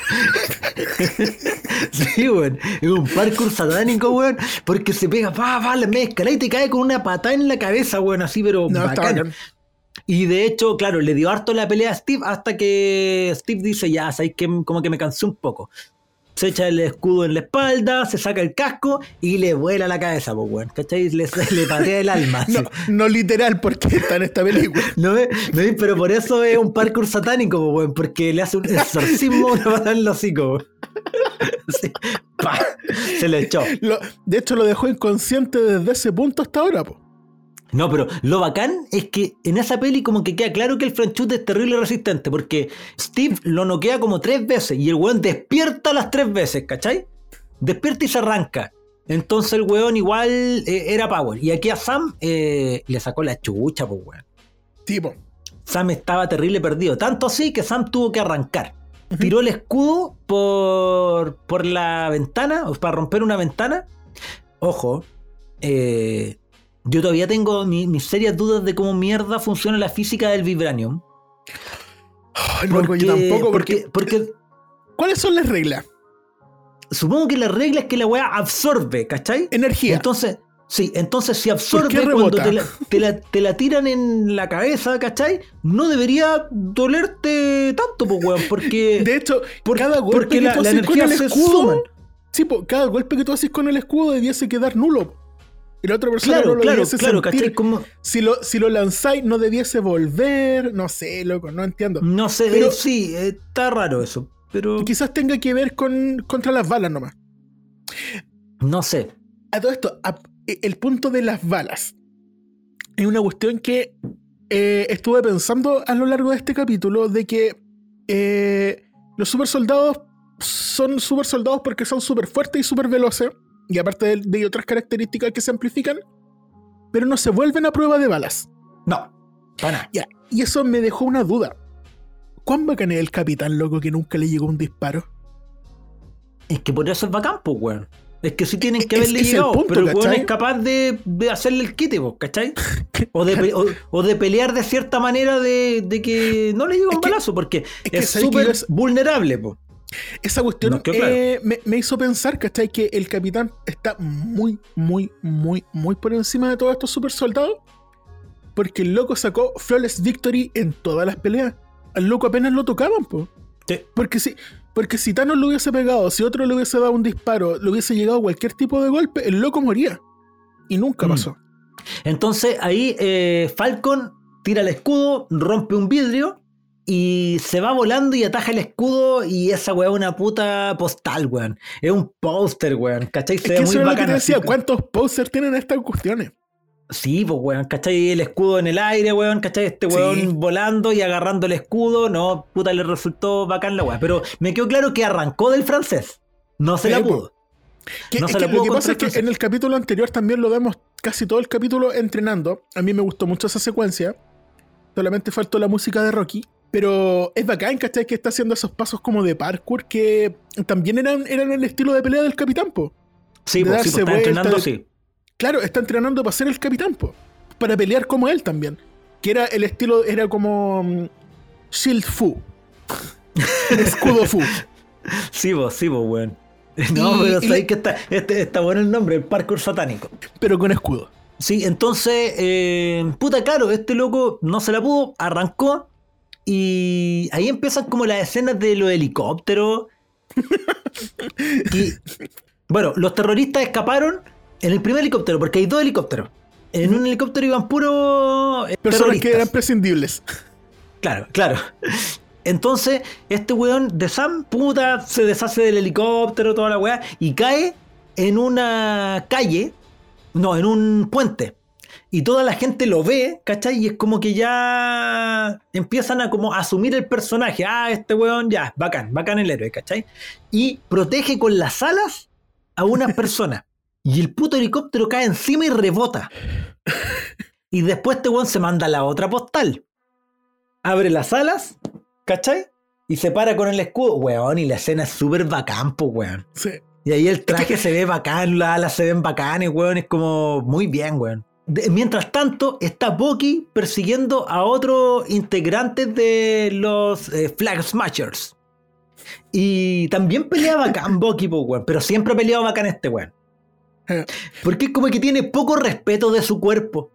Sí, weón. Es un parkour satánico, weón. Porque se pega, la mezcla y te cae con una patada en la cabeza, weón. Así, pero bacán. Y de hecho, claro, le dio harto la pelea a Steve hasta que Steve dice, ya, sabéis que como que me cansé un poco. Se echa el escudo en la espalda, se saca el casco y le vuela la cabeza, pues, weón. ¿Cachai? Le patea el alma. No literal, porque está en esta película. No, pero por eso es un parkour satánico, pues, weón. Porque le hace un exorcismo una patada en el hocico, weón. Sí. Se le echó. De hecho, lo dejó inconsciente desde ese punto hasta ahora, pues. No, pero lo bacán es que en esa peli como que queda claro que el franchute es terrible resistente, porque Steve lo noquea como 3 veces y el weón despierta las 3 veces, ¿cachai? Despierta y se arranca. Entonces el weón igual era power. Y aquí a Sam le sacó la chucha, pues, weón. Tipo. Sam estaba terrible perdido. Tanto así que Sam tuvo que arrancar. Tiró el escudo por la ventana, para romper una ventana. Ojo, yo todavía tengo mis serias dudas de cómo mierda funciona la física del Vibranium. Loco, yo tampoco, porque... ¿Cuáles son las reglas? Supongo que la regla es que la weá absorbe, ¿cachai? Energía. Entonces si absorbe cuando te la tiran en la cabeza, ¿cachai? No debería dolerte tanto, pues, weón, porque... De hecho, cada golpe que tú haces con el escudo... Sí, cada golpe que tú haces con el escudo debiese quedar nulo. Y la otra persona no lo debiese sentir. ¿Cachai? Como... Si lo lanzáis, no debiese volver. No sé, loco, no entiendo. No sé, pero sí, está raro eso. Pero quizás tenga que ver contra las balas nomás. No sé. A todo esto, el punto de las balas es una cuestión que estuve pensando a lo largo de este capítulo, de que los super soldados son super soldados porque son súper fuertes y súper veloces. Y aparte de otras características que se amplifican, pero no se vuelven a prueba de balas. No, para nada. Ya, y eso me dejó una duda. ¿Cuán bacán es el capitán, loco, que nunca le llegó un disparo? Es que por eso es bacán, pues, weón. Es que sí tienen que haberle llegado, punto, pero el weón es capaz de hacerle el quite, pues, ¿cachai? O de pelear de cierta manera de que no le llega un balazo, porque es súper vulnerable, pues. Esa cuestión me hizo pensar, ¿cachai? Que el capitán está muy, muy, muy, muy por encima de todos estos super soldados. Porque el loco sacó Flawless Victory en todas las peleas. Al loco apenas lo tocaban, po. Sí. Porque si Thanos lo hubiese pegado, si otro le hubiese dado un disparo, le hubiese llegado cualquier tipo de golpe, el loco moría. Y nunca pasó. Entonces ahí Falcon tira el escudo, rompe un vidrio y se va volando y ataja el escudo. Y esa weá es una puta postal, weón. Es un póster, weón. ¿Cachai? Se ve muy bacán. bacán. Te decía, ¿cuántos posters tienen estas cuestiones? Sí, pues weón, ¿cachai? El escudo en el aire, weón, ¿cachai? Este weón volando y agarrando el escudo. No, puta, le resultó bacán la weá. Pero me quedó claro que arrancó del francés. No se la pudo. Lo que pasa es que en el capítulo anterior también lo vemos casi todo el capítulo entrenando. A mí me gustó mucho esa secuencia. Solamente faltó la música de Rocky. Pero es bacán, ¿cachai? Que está haciendo esos pasos como de parkour que también eran el estilo de pelea del capitán, po. Sí, pues está entrenando, sí. Claro, está entrenando para ser el capitán, po. Para pelear como él también. Que era el estilo, era como Shield Fu. Escudo Fu. Sí, vos, weón. No, pero sabéis que está bueno el nombre, el parkour satánico. Pero con escudo. Sí, entonces, puta claro, este loco no se la pudo, arrancó. Y ahí empiezan como las escenas de los helicópteros. Y bueno, los terroristas escaparon en el primer helicóptero, porque hay 2 helicópteros. En un helicóptero iban puros personas que eran prescindibles. Claro. Entonces, este weón de Sam, puta, se deshace del helicóptero, toda la weá, y cae en una calle, no, en un puente. Y toda la gente lo ve, ¿cachai? Y es como que ya empiezan a como asumir el personaje. Ah, este weón ya, bacán el héroe, ¿cachai? Y protege con las alas a unas personas. Y el puto helicóptero cae encima y rebota. Y después este weón se manda a la otra postal. Abre las alas, ¿cachai? Y se para con el escudo. Weón, y la escena es súper bacán, po, weón. Sí. Y ahí el traje se ve bacán, las alas se ven bacanes, weón. Es como muy bien, weón. Mientras tanto, está Bucky persiguiendo a otros integrantes de los Flag Smashers. Y también pelea bacán Bucky, po, weón. Pero siempre ha peleado bacán este weón. Porque es como que tiene poco respeto de su cuerpo.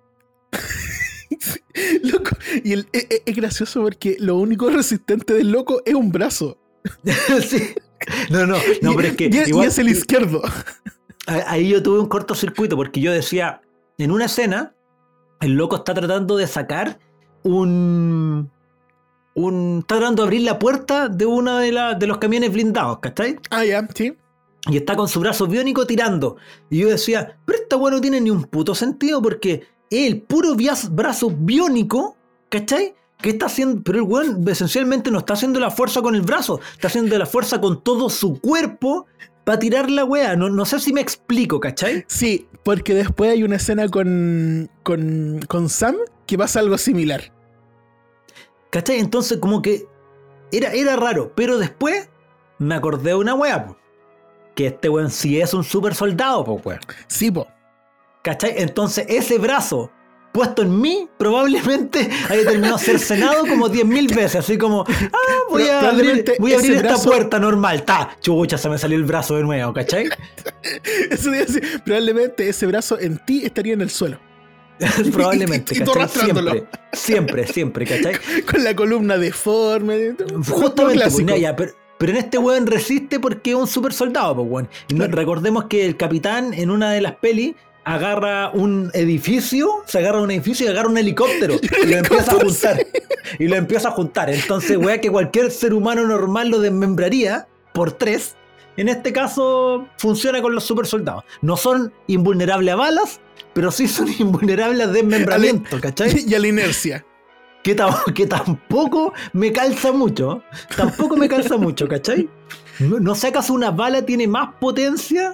Loco. Y es gracioso porque lo único resistente del loco es un brazo. Sí. No, pero es que igual, y es el izquierdo. Ahí yo tuve un cortocircuito porque yo decía, en una escena, el loco está tratando de sacar está tratando de abrir la puerta de uno de los camiones blindados, ¿cachai? Ah, ya, sí. Y está con su brazo biónico tirando. Y yo decía, pero esta weá no tiene ni un puto sentido porque es el puro brazo biónico, ¿cachai? Que está haciendo, pero el weón esencialmente no está haciendo la fuerza con el brazo, está haciendo la fuerza con todo su cuerpo para tirar la weá. No sé si me explico, ¿cachai? Sí, porque después hay una escena con Sam que pasa algo similar. ¿Cachai? Entonces como que era raro, pero después me acordé de una weá, po. Que este weón sí es un super soldado, po, weón. Sí, po. ¿Cachai? Entonces ese brazo puesto en mí probablemente haya terminado cercenado como 10.000 veces, así como voy a abrir esta puerta normal, chucha, se me salió el brazo de nuevo, ¿cachai? Eso dice así, probablemente ese brazo en ti estaría en el suelo. Probablemente, y tú arrastrándolo. Siempre, ¿cachai? Con la columna deforme. Justamente, pues, ya, pero en este weón resiste porque es un super soldado, pues, weón. Y recordemos que el capitán en una de las pelis agarra un edificio y agarra un helicóptero y lo empieza a juntar. Y lo empieza a juntar. Entonces, weá, que cualquier ser humano normal lo desmembraría por 3. En este caso, funciona con los super soldados. No son invulnerables a balas, pero sí son invulnerables a desmembramiento, ¿cachai? Y a la inercia. Que tampoco me calza mucho. ¿Cachai? No sé acaso una bala tiene más potencia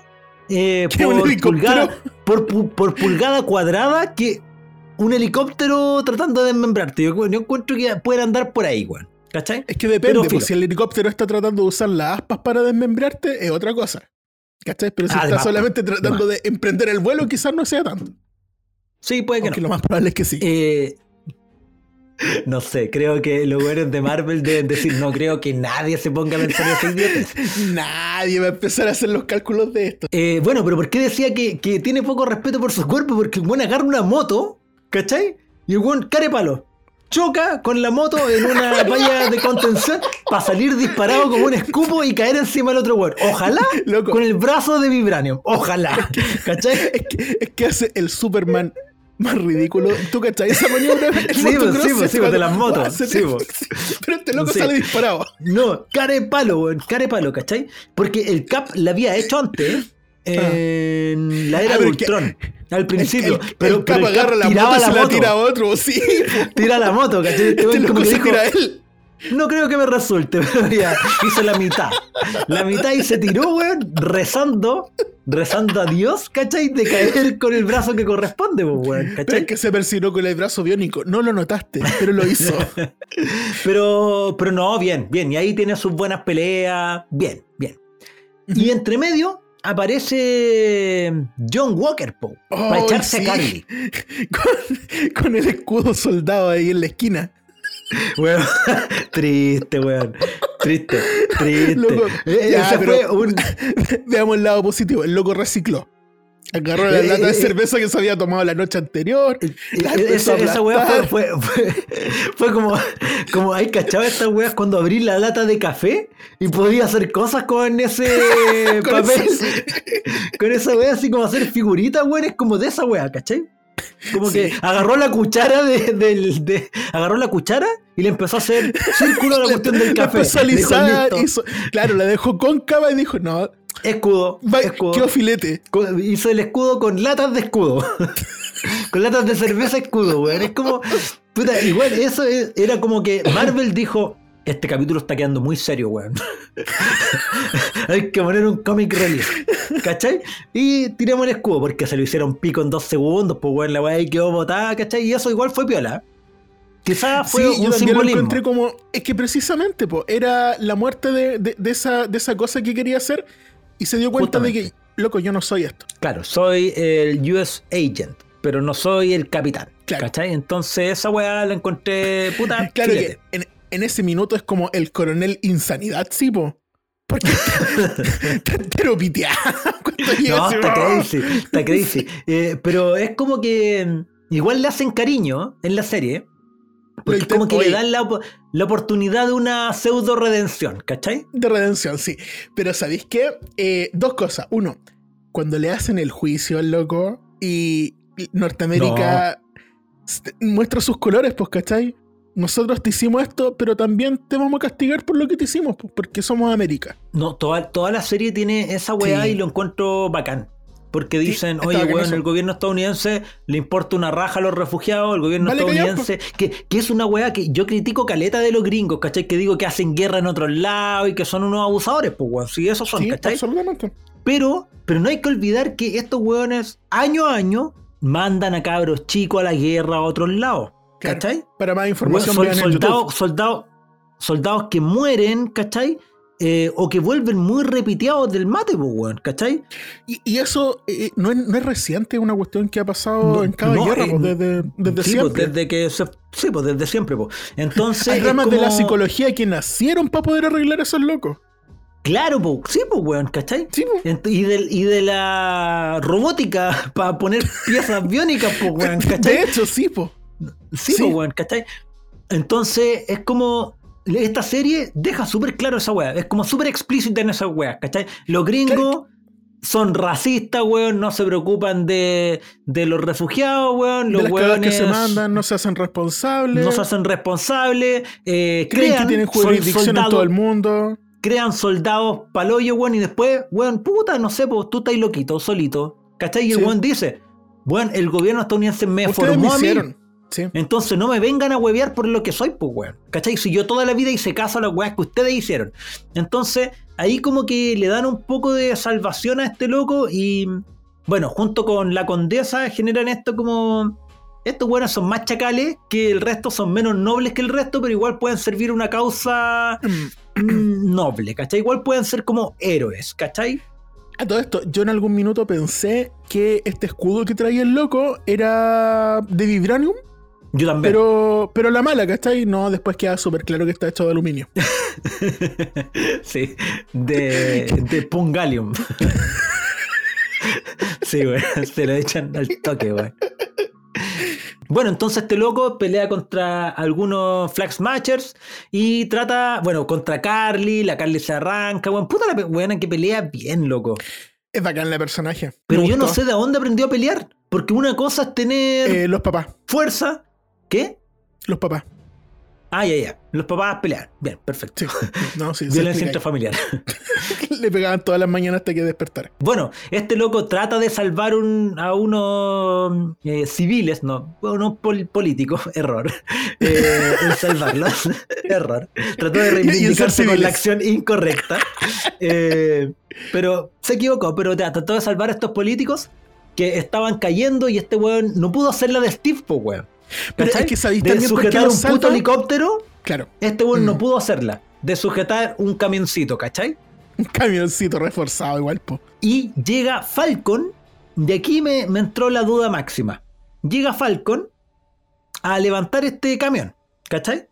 por pulgada cuadrada que un helicóptero tratando de desmembrarte. Yo encuentro que puede andar por ahí, weón. ¿Cachai? Es que depende, pues si el helicóptero está tratando de usar las aspas para desmembrarte, es otra cosa. ¿Cachai? Pero si está solamente tratando de emprender el vuelo, quizás no sea tanto. Sí, puede que aunque no. Lo más probable es que sí. No sé, creo que los güeyes de Marvel deben decir, no creo que nadie se ponga a pensar en esos idiotas. Nadie va a empezar a hacer los cálculos de esto. Bueno, pero ¿por qué decía que tiene poco respeto por su cuerpo? Porque el güey agarra una moto, ¿cachai? Y el güey carepalo. Choca con la moto en una valla de contención para salir disparado como un escupo y caer encima del otro güey. Ojalá loco, con el brazo de vibranium. Ojalá. ¿Cachai? Es que hace el Superman más ridículo. ¿Tú cachai esa maniobra? Sí, de las motos. Pero este loco sale disparado. No, carepalo, güey. Carepalo, ¿cachai? Porque el Cap la había hecho antes en la era de Ultron. Al principio, pero el Cap agarra la moto y se la tira a otro, sí. Tira la moto, ¿cachai? Este loco se tira a él. No creo que me resulte, pero ya hizo la mitad. La mitad y se tiró, weón, rezando a Dios, ¿cachai? De caer con el brazo que corresponde, weón, ¿cachai? Pero es que se persinó con el brazo biónico. No lo notaste, pero lo hizo. pero no, bien. Y ahí tiene sus buenas peleas. Bien. Y entre medio aparece John Walker, para echarse a Carly. Con el escudo soldado ahí en la esquina. Weón, triste, weón. Triste. Loco, veamos el lado positivo. El loco recicló. Agarró la lata de cerveza que se había tomado la noche anterior. Esa weá fue como hay cachado estas weas cuando abrí la lata de café y podía hacer cosas con ese papel. Con esa wea, así como hacer figuritas, weón. Es como de esa wea, ¿cachai? Como que agarró la cuchara agarró la cuchara y le empezó a hacer círculo a la cuestión del café. Empezó a alisar, claro, la dejó cóncava y dijo, no. Escudo. Quedó filete. Hizo el escudo con latas de escudo. Con latas de cerveza escudo, weón. Es como, puta, igual eso era como que Marvel dijo, este capítulo está quedando muy serio, weón. Hay que poner un comic relief, ¿cachai? Y tiremos el escudo, porque se lo hicieron pico en 2 segundos, pues weón, la weá ahí quedó botada, ¿cachai? Y eso igual fue piola. Quizás fue un simbolismo. Lo encontré como, es que precisamente, era la muerte de esa cosa que quería hacer y se dio cuenta de que, loco, yo no soy esto. Claro, soy el US Agent, pero no soy el capitán, claro. ¿Cachai? Entonces esa weá la encontré, puta, claro que en ese minuto es como el coronel Insanidad, sí, porque pero piteado. No, está crazy. Pero es como que igual le hacen cariño en la serie, porque es como que le dan la oportunidad de una pseudo redención, ¿cachai? De redención, sí. Pero ¿sabéis qué? 2 cosas. 1, cuando le hacen el juicio al loco y Norteamérica muestra sus colores, pues, ¿cachai? Nosotros te hicimos esto, pero también te vamos a castigar por lo que te hicimos, porque somos América. No, toda la serie tiene esa weá, y lo encuentro bacán. Porque dicen, oye, weón, el gobierno estadounidense le importa una raja a los refugiados, el gobierno estadounidense, que es una weá que yo critico caleta de los gringos, ¿cachai? Que digo que hacen guerra en otros lados y que son unos abusadores, pues, weón. Sí, esos son, ¿cachai? Absolutamente. Pero no hay que olvidar que estos weones, año a año, mandan a cabros chicos a la guerra a otros lados. ¿Cachai? Claro, para más información, soldados que mueren, ¿cachai? O que vuelven muy repiteados del mate, weón, ¿cachai? Y eso no es reciente, es una cuestión que ha pasado en cada guerra, desde siempre. Desde siempre, pues. Entonces, hay ramas de la psicología que nacieron para poder arreglar a esos locos. Claro, sí, weón, ¿cachai? Sí, y de la robótica para poner piezas biónicas, weón, ¿cachai? De hecho, sí, Sí, weón, ¿cachai? Entonces es como esta serie deja súper claro esa weá, es como súper explícita en esa weá, ¿cachai? Los gringos son racistas, weón, no se preocupan de los refugiados, weón, los weones que se mandan no se hacen responsables. Creen que tienen jurisdicción en todo el mundo. Crean soldados paloyo, weón, y después, weón, puta, no sé, pues tú estás loquito, solito, ¿cachai? Y el weón dice, weón, el gobierno estadounidense me formó a mí. Sí. Entonces no me vengan a huevear por lo que soy, pues, weón. ¿Cachai? Si yo toda la vida hice caso a las weas que ustedes hicieron. Entonces, ahí como que le dan un poco de salvación a este loco y, bueno, junto con la condesa generan esto como... Estos weones son más chacales que el resto, son menos nobles que el resto, pero igual pueden servir una causa noble, ¿cachai? Igual pueden ser como héroes, ¿cachai? A todo esto, yo en algún minuto pensé que este escudo que traía el loco era de vibranium. Yo también. Pero la mala, ¿cachai? No, después queda súper claro que está hecho de aluminio. Sí, de Pungalium. Sí, güey, se lo echan al toque, güey. Bueno, entonces este loco pelea contra algunos Flag Smashers y trata, bueno, contra Carly, la Carly se arranca, weón. Puta la weona que pelea bien, loco. Es bacán el personaje. Pero yo no sé de dónde aprendió a pelear, porque una cosa es tener... los papás. Fuerza. ¿Qué? Los papás. Ah, ya. Los papás pelean. Bien, perfecto. Sí. No, sí, Violencia intrafamiliar. Le pegaban todas las mañanas hasta que despertara. Bueno, este loco trata de salvar a unos civiles, no políticos, error. En salvarlos, error. Trató de reivindicarse con la acción incorrecta. Pero se equivocó, pero trató de salvar a estos políticos que estaban cayendo y este weón no pudo hacer la de Steve, po, weón. Pero es que sabéis de también sujetar un puto helicóptero, claro. Este weón no pudo hacerla. De sujetar un camioncito, ¿cachai? Un camioncito reforzado igual, po. Y llega Falcon. De aquí me entró la duda máxima. Llega Falcon a levantar este camión, ¿cachai?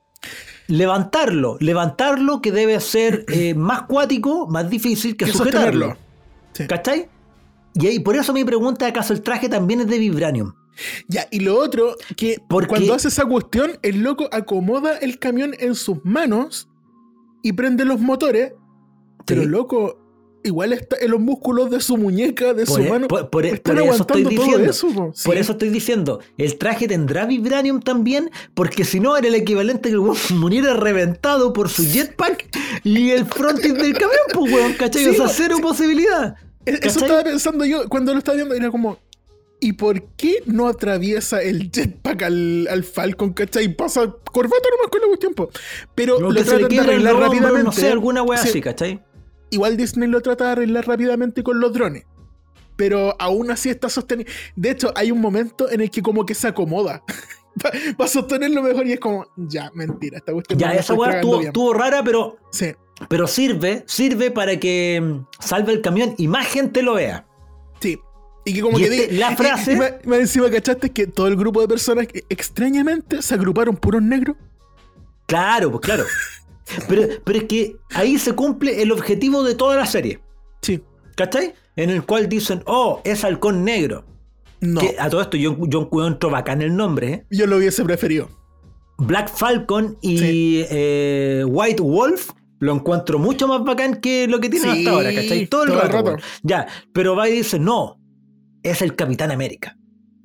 Levantarlo que debe ser más cuático, más difícil que sujetarlo. Sí. ¿Cachai? Y ahí, por eso mi pregunta, ¿acaso el traje también es de vibranium? Ya, y lo otro, que cuando hace esa cuestión, el loco acomoda el camión en sus manos y prende los motores, pero loco, igual está en los músculos de su muñeca, de su mano. Por eso estoy diciendo. Por eso estoy diciendo, ¿el traje tendrá vibranium también? Porque si no, era el equivalente que el weón muriera reventado por su jetpack y el frontis del camión, pues weón, ¿cachai? Sí, o sea, cero posibilidad. ¿Cachai? Eso estaba pensando yo cuando lo estaba viendo, era como... ¿Y por qué no atraviesa el jetpack al Falcon, cachai? Pasa corbata nomás con la cuestión, po. Pero lo tratan de arreglar rápidamente. No sé, alguna wea así, ¿cachai? Igual Disney lo trata de arreglar rápidamente con los drones. Pero aún así está sostenido. De hecho, hay un momento en el que como que se acomoda. Va a sostenerlo mejor y es como, ya, mentira. Esta cuestión ya, esa wea estuvo rara, pero... Sí. Pero sirve para que salve el camión y más gente lo vea. Sí. Y que como que la frase... más encima, ¿cachaste? Que todo el grupo de personas que extrañamente se agruparon puros negros. Claro, pues claro. pero es que ahí se cumple el objetivo de toda la serie. Sí. ¿Cachai? En el cual dicen, oh, es halcón negro. No. Que a todo esto yo encuentro bacán el nombre, ¿eh? Yo lo hubiese preferido. Black Falcon y White Wolf lo encuentro mucho más bacán que lo que tienen hasta ahora, ¿cachai? Todo el rato. Ya, pero va y dice, no, es el Capitán América.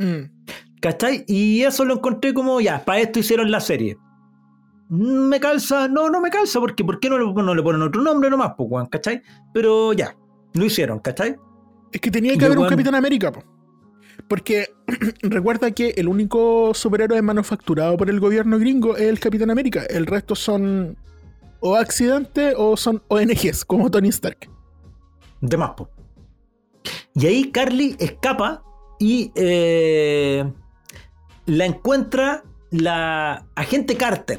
¿Cachai? Y eso lo encontré como, ya, para esto hicieron la serie. ¿Me calza? No me calza, porque ¿por qué no le ponen otro nombre nomás, pues, Juan? ¿Cachai? Pero ya, lo hicieron, ¿cachai? Es que tenía que haber un Capitán América, po. Porque recuerda que el único superhéroe manufacturado por el gobierno gringo es el Capitán América. El resto son o accidentes o son ONGs, como Tony Stark. De más, po. Y ahí Carly escapa y la encuentra la agente Carter.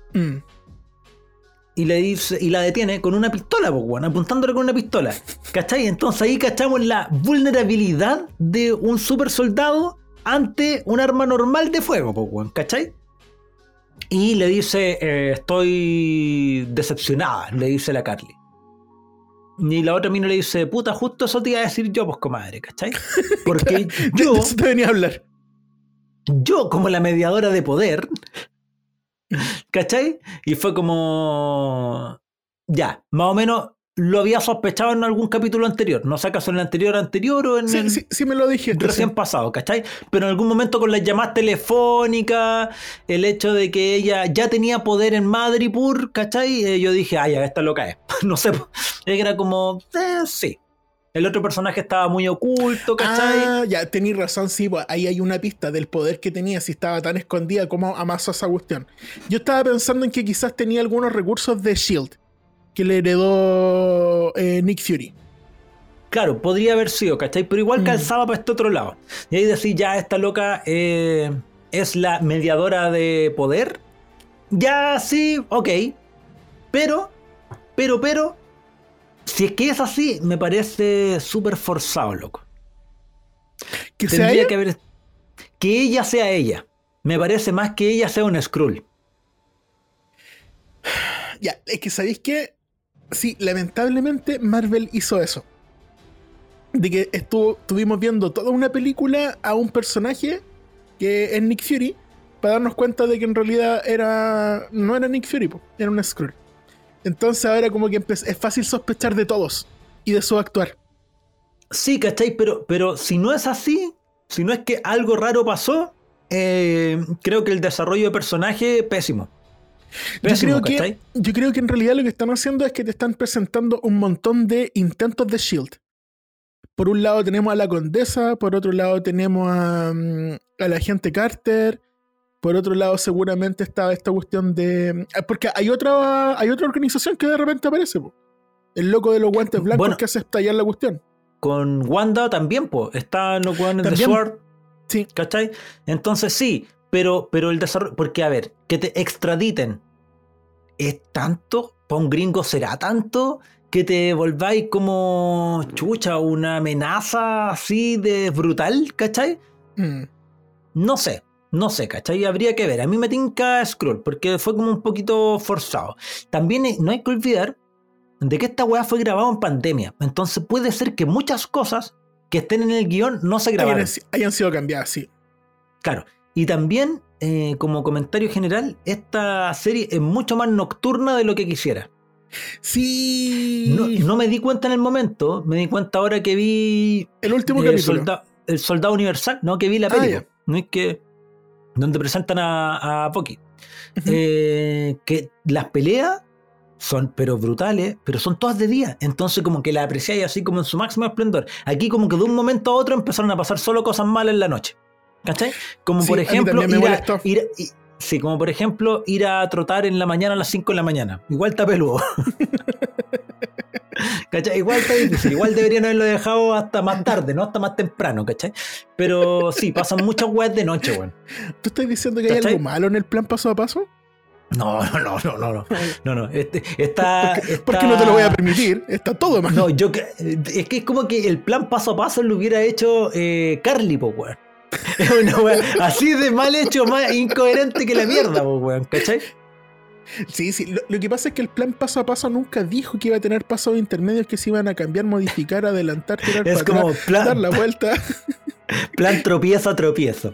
Y le dice, y la detiene con una pistola, pues, bueno, apuntándole con una pistola. ¿Cachai? Entonces ahí cachamos la vulnerabilidad de un super soldado ante un arma normal de fuego, pues, bueno, ¿cachai? Y le dice, estoy decepcionada, le dice la Carly. Y la otra mina le dice, puta, justo eso te iba a decir yo, pues, comadre, ¿cachai? Porque yo... De eso te venía a hablar. Yo, como la mediadora de poder... ¿Cachai? Y fue como... Ya, más o menos lo había sospechado en algún capítulo anterior. No sé acaso en el anterior o en el... Sí, me lo dijiste. Recién pasado, ¿cachai? Pero en algún momento con las llamadas telefónicas, el hecho de que ella ya tenía poder en Madripoor, ¿cachai? Yo dije, ya, esta loca es. No sé, era como... sí. El otro personaje estaba muy oculto, ¿cachai? Ya, tenés razón, sí, pues ahí hay una pista del poder que tenía, si estaba tan escondida como amasó esa cuestión. Yo estaba pensando en que quizás tenía algunos recursos de S.H.I.E.L.D. que le heredó Nick Fury. Claro, podría haber sido, ¿cachai? Pero igual calzaba para este otro lado. Y ahí decís, ya, esta loca es la mediadora de poder. Ya, sí, ok. Pero... Si es que es así, me parece súper forzado, loco. ¿Que sea ella? Que ella sea ella. me parece más que ella sea un Skrull. Ya, es que ¿sabéis qué? Sí, lamentablemente Marvel hizo eso. De que estuvimos viendo toda una película a un personaje que es Nick Fury, para darnos cuenta de que en realidad no era Nick Fury, era un Skrull. Entonces ahora como que es fácil sospechar de todos y de su actuar. Sí, ¿cachai? Pero si no es así, si no es que algo raro pasó, creo que el desarrollo de personaje, pésimo. Pésimo, yo creo que en realidad lo que están haciendo es que te están presentando un montón de intentos de S.H.I.E.L.D. Por un lado tenemos a la Condesa, por otro lado tenemos a la agente Carter, por otro lado seguramente está esta cuestión de... Porque hay otra organización que de repente aparece, po. El loco de los guantes blancos que hace estallar la cuestión. Con Wanda también, pues. Están los guantes de Sword. Sí. ¿Cachai? Entonces sí, pero el desarrollo... Porque, a ver, que te extraditen ¿es tanto? ¿Para un gringo será tanto? ¿Que te volváis como chucha, una amenaza así de brutal? ¿Cachai? No sé, ¿cachai? Habría que ver. A mí me tinca Skrull porque fue como un poquito forzado. También no hay que olvidar de que esta weá fue grabada en pandemia. Entonces puede ser que muchas cosas que estén en el guión no se grabaron. Hayan sido cambiadas, sí. Claro. Y también, como comentario general, esta serie es mucho más nocturna de lo que quisiera. Sí. No me di cuenta en el momento. Me di cuenta ahora que vi... El último capítulo. El Soldado Universal, ¿no? Que vi la película. No es que... Donde presentan a Bucky. Que las peleas son pero brutales, pero son todas de día. Entonces como que la apreciáis así como en su máximo esplendor. Aquí como que de un momento a otro empezaron a pasar solo cosas malas en la noche. ¿Cachai? Como por ejemplo como por ejemplo ir a trotar en la mañana a las 5 de la mañana. Igual está peludo. ¿Cachai? Igual está difícil. Igual deberían haberlo dejado hasta más tarde, no hasta más temprano, ¿cachai? Pero sí, pasan muchas weas de noche, weón. ¿Tú estás diciendo que hay algo malo en el plan paso a paso? No. Porque no te lo voy a permitir. Está todo mal. No, es que es como que el plan paso a paso lo hubiera hecho Carly, po, weón. Es una wea así de mal hecho, más incoherente que la mierda, po, weón, ¿cachai? Sí. Lo que pasa es que el plan paso a paso nunca dijo que iba a tener pasos intermedios que se iban a cambiar, modificar, adelantar, tirar es para como atrás, dar la vuelta. Plan tropiezo.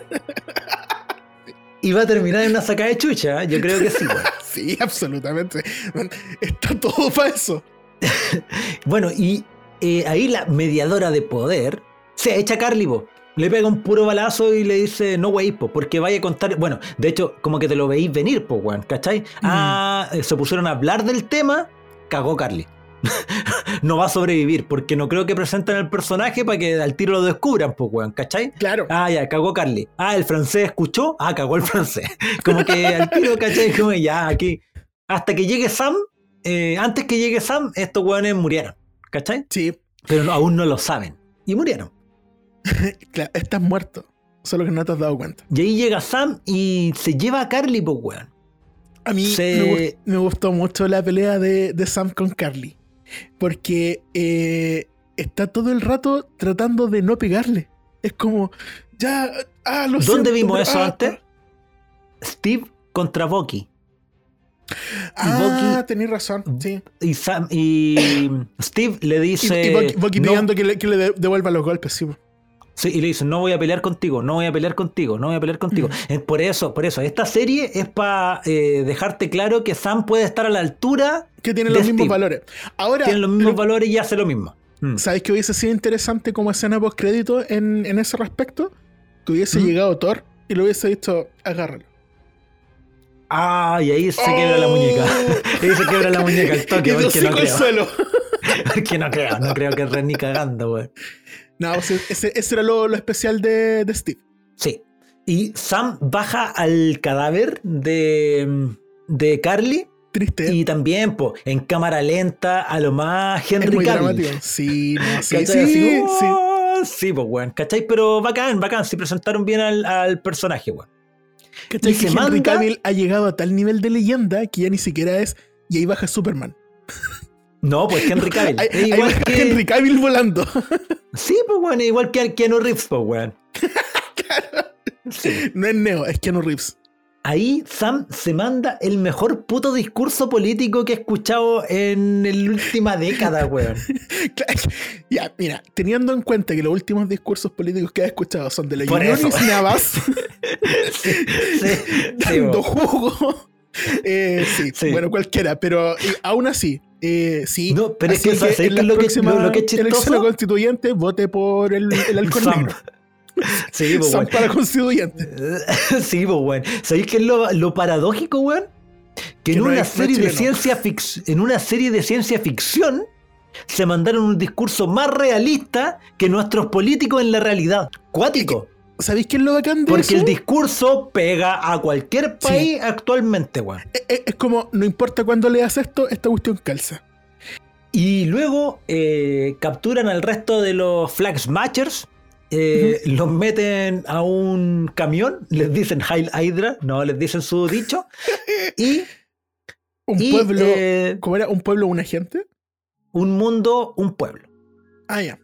Y va a terminar en una sacada de chucha, yo creo que sí, weón. Sí, absolutamente. Está todo para eso. Bueno, y ahí la mediadora de poder se echa a Carly, po. Le pega un puro balazo y le dice no wey, po, porque vaya a contar. Bueno, de hecho, como que te lo veís venir, po, weón, ¿cachai? Se pusieron a hablar del tema, cagó Carly. No va a sobrevivir, porque no creo que presenten al personaje para que al tiro lo descubran, pues, weón, ¿cachai? Claro. Ya, cagó Carly. El francés escuchó, cagó el francés. Como que al tiro, ¿cachai? Como ya, aquí. Hasta que llegue Sam, antes que llegue Sam, estos weones murieron, ¿cachai? Sí. Pero aún no lo saben. Y murieron. Claro, estás muerto. Solo que no te has dado cuenta. Y ahí llega Sam y se lleva a Carly, pues, weón. A mí me gustó mucho la pelea de Sam con Carly. Porque está todo el rato tratando de no pegarle. Es como, ya, lo siento. ¿Dónde vimos eso antes? Steve contra Bucky. Tenés razón, sí. Y Steve le dice... Y Bucky pidiendo que le devuelva los golpes, sí. Sí, y le dice, no voy a pelear contigo. Por eso, esta serie es para dejarte claro que Sam puede estar a la altura. Que tiene los mismos valores. Ahora, tiene los mismos valores y hace lo mismo. ¿Sabes qué hubiese sido interesante como escena post crédito en ese respecto? Que hubiese llegado Thor y lo hubiese dicho, agárralo. Y ahí se quiebra la muñeca. Ahí se quiebra la muñeca al toque. Porque no creo. Porque no creo que Ren ni cagando, güey. No, ese era lo especial de Steve. Sí. Y Sam baja al cadáver de Carly. Triste. Y también, en cámara lenta, a lo más Henry Cavill. Sí, sí. Sí, pues, weón. ¿Cachai? Pero bacán. Sí presentaron bien al personaje, weón. ¿Cachai? Que Henry Cavill ha llegado a tal nivel de leyenda que ya ni siquiera es. Y ahí baja Superman. No, pues Henry Cavill. Es igual que Henry Cavill volando. Sí, pues, weón. Igual que Keanu Reeves, pues, weón. Claro. Sí. No es Neo, es Keanu Reeves. Ahí Sam se manda el mejor puto discurso político que he escuchado en la última década, weón. Ya, mira, teniendo en cuenta que los últimos discursos políticos que he escuchado son de la Por Yunis eso. Navas dando bo. jugo. Sí, bueno, cualquiera, pero aún así, sí. No, pero es así que, ¿sabes en las lo que es próximas chistoso? elecciones constituyentes vote por el halcón Sam. negro. Sí, pues, Sam weón. para constituyente. Sí, pues, weón. ¿Sabéis qué es lo paradójico, weón? Que en no una es serie de chileno. ciencia ficción se mandaron un discurso más realista que nuestros políticos en la realidad. Cuático. ¿Sabéis qué es lo bacán de Porque eso? el discurso pega a cualquier país actualmente, weón. Es como, no importa cuándo leas esto, esta cuestión calza. Y luego capturan al resto de los Flag Smashers, los meten a un camión, les dicen Heil Hydra, no, les dicen su dicho, y Un pueblo. ¿Cómo era? ¿Un pueblo, una gente? un mundo, un pueblo. Ah, ya.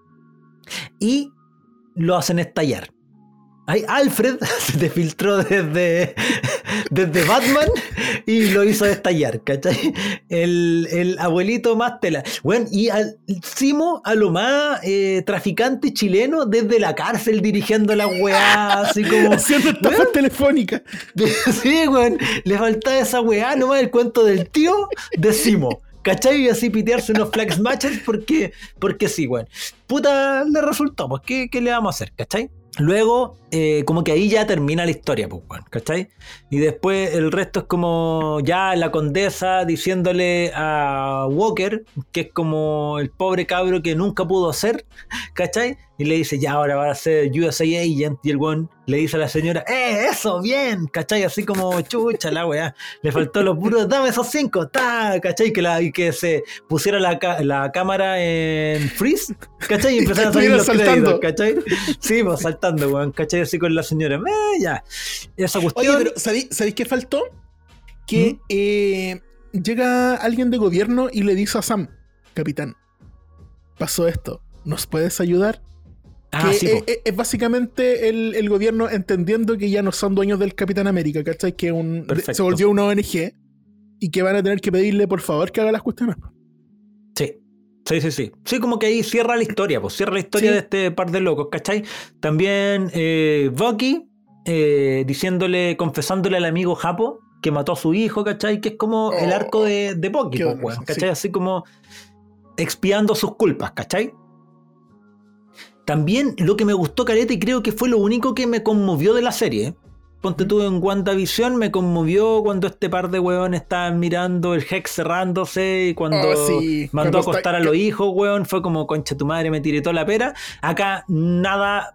Y lo hacen estallar. Ahí Alfred se te filtró desde Batman y lo hizo estallar, ¿cachai? El abuelito más tela. Bueno, y al Simo a lo más traficante chileno desde la cárcel dirigiendo la weá, así como... Haciendo estafas telefónicas. Sí, weón, le faltaba esa weá, nomás el cuento del tío de Simo. ¿Cachai? Y así pitearse unos Flag Smashers porque sí, weón. Puta, le resultó, pues, ¿qué le vamos a hacer? ¿Cachai? Luego, como que ahí ya termina la historia, pues, weón, ¿cachai? Y después el resto es como ya la condesa diciéndole a Walker, que es como el pobre cabro que nunca pudo ser, ¿cachai? Y le dice, ya ahora va a ser USA Agent, y el weón le dice a la señora, eso, bien, ¿cachai? Así como chucha la weá, le faltó los puros, dame esos 5, ¿cachai? Y que se pusiera la cámara en freeze, ¿cachai? Y empezaron a salir los créditos, ¿cachai? Sí, pues saltando, weón, ¿cachai? Así con la señora, ya, esa cuestión. Oye, pero ¿sabéis qué faltó? Que llega alguien de gobierno y le dice a Sam, capitán, pasó esto, ¿nos puedes ayudar? Que sí, es básicamente el gobierno entendiendo que ya no son dueños del Capitán América, ¿cachai? Que se volvió una ONG y que van a tener que pedirle por favor que haga las cuestiones. Sí. Sí, como que ahí cierra la historia, pues cierra la historia de este par de locos, ¿cachai? También Bucky confesándole al amigo Japo que mató a su hijo, ¿cachai? Que es como el arco de Bucky, pues, bueno, ¿cachai? Sí. Así como expiando sus culpas, ¿cachai? También lo que me gustó caleta y creo que fue lo único que me conmovió de la serie. Ponte tú en WandaVision, me conmovió cuando este par de huevones estaban mirando el Hex cerrándose y cuando mandó a acostar a los hijos, huevón, fue como concha tu madre, me tiré toda la pera. Acá nada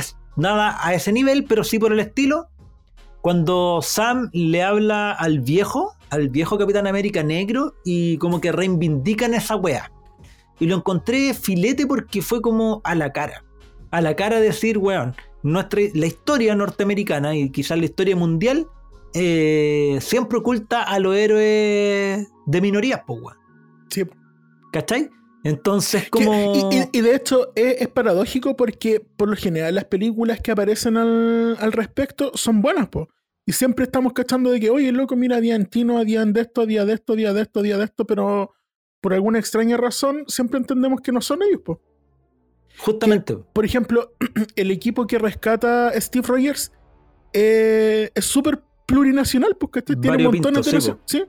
a ese nivel, pero sí por el estilo. Cuando Sam le habla al viejo Capitán América negro y como que reivindican esa wea. Y lo encontré filete porque fue como a la cara decir, weón, la historia norteamericana y quizás la historia mundial siempre oculta a los héroes de minorías, pues, weón. Sí. ¿Cachai? Entonces, como... Y de hecho es paradójico porque por lo general las películas que aparecen al respecto son buenas, pues. Y siempre estamos cachando de que, oye, loco, mira, día en Tino, día de esto, pero por alguna extraña razón siempre entendemos que no son ellos, pues. Justamente. Por ejemplo, el equipo que rescata a Steve Rogers es súper plurinacional, porque tiene un montón de cosas. ¿Sí?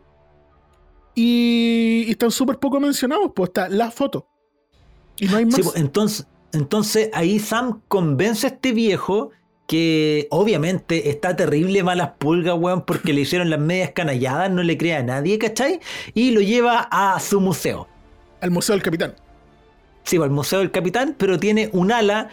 Y están súper poco mencionados, pues está la foto. Y no hay más. Sí, pues, entonces ahí Sam convence a este viejo que obviamente está terrible malas pulgas, weón, porque le hicieron las medias canalladas, no le crea a nadie, ¿cachai? Y lo lleva a su museo. Al Museo del Capitán. Sí, al Museo del Capitán, pero tiene un ala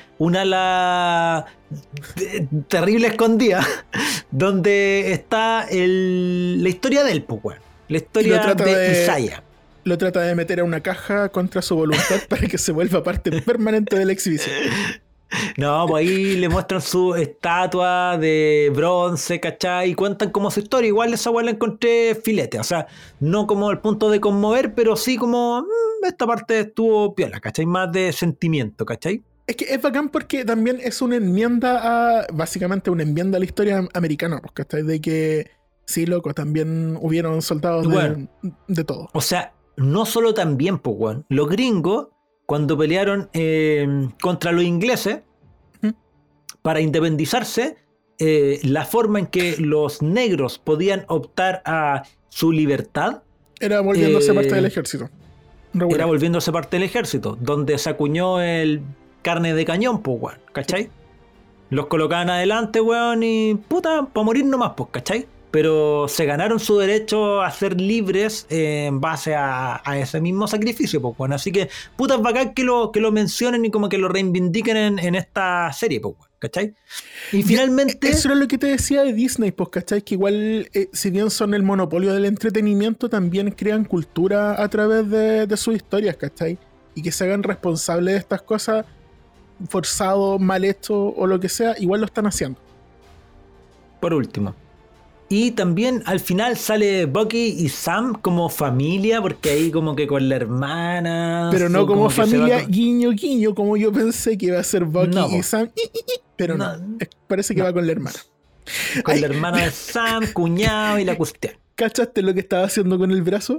terrible escondida, donde está la historia del pues, weón. La historia de Isaiah. Lo trata de meter a una caja contra su voluntad para que se vuelva parte permanente de la exhibición. No, pues ahí le muestran su estatua de bronce, ¿cachai? Y cuentan como su historia. Igual esa weá la encontré filete. O sea, no como al punto de conmover, pero sí como esta parte estuvo piola, ¿cachai? Más de sentimiento, ¿cachai? Es que es bacán porque también es una enmienda básicamente una enmienda a la historia americana, pues, ¿cachai? De que, sí, loco, también hubieron soldados Bueno, de todo. o sea, no solo también, pues, weón. Los gringos, cuando pelearon contra los ingleses, Ujú. para independizarse, la forma en que los negros podían optar a su libertad Era volviéndose parte del eh, ejército. era Regular. volviéndose parte del ejército, donde se acuñó el carne de cañón, pues, weón, ¿cachai? Los colocaban adelante, weón, y puta, para morir nomás, pues, ¿cachai? Pero se ganaron su derecho a ser libres en base a ese mismo sacrificio, pues, weón. Así que, puta, es bacán que lo mencionen y como que lo reivindiquen en esta serie, pues, weón, ¿cachai? Y finalmente... Eso era lo que te decía de Disney, pues, ¿cachai? Que igual, si bien son el monopolio del entretenimiento, también crean cultura a través de sus historias, ¿cachai? Y que se hagan responsables de estas cosas, forzado, mal hecho o lo que sea, igual lo están haciendo. Por último. Y también al final sale Bucky y Sam como familia, porque ahí como que con la hermana... Pero no como que se va familia con- guiño guiño, como yo pensé que iba a ser Bucky No, y po. Sam, pero No. no, parece que No. va con la hermana. con Ay, la hermana de Sam, cuñado y la cuestión. ¿cachaste lo que estaba haciendo con el brazo?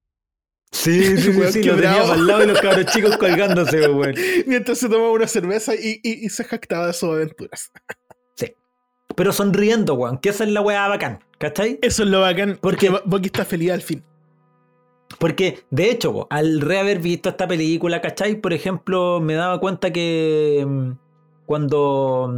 Sí, Weón, lo tenía quebrado. para el lado y los cabros chicos colgándose, weón. Mientras se tomaba una cerveza y se jactaba de sus aventuras. Sí. Pero sonriendo, weón, que esa es la weá bacán, ¿cachai? Eso es lo bacán, Porque- porque Bucky está feliz al fin. Porque, de hecho, po, al rehaber visto esta película, ¿cachai? Por ejemplo, me daba cuenta que cuando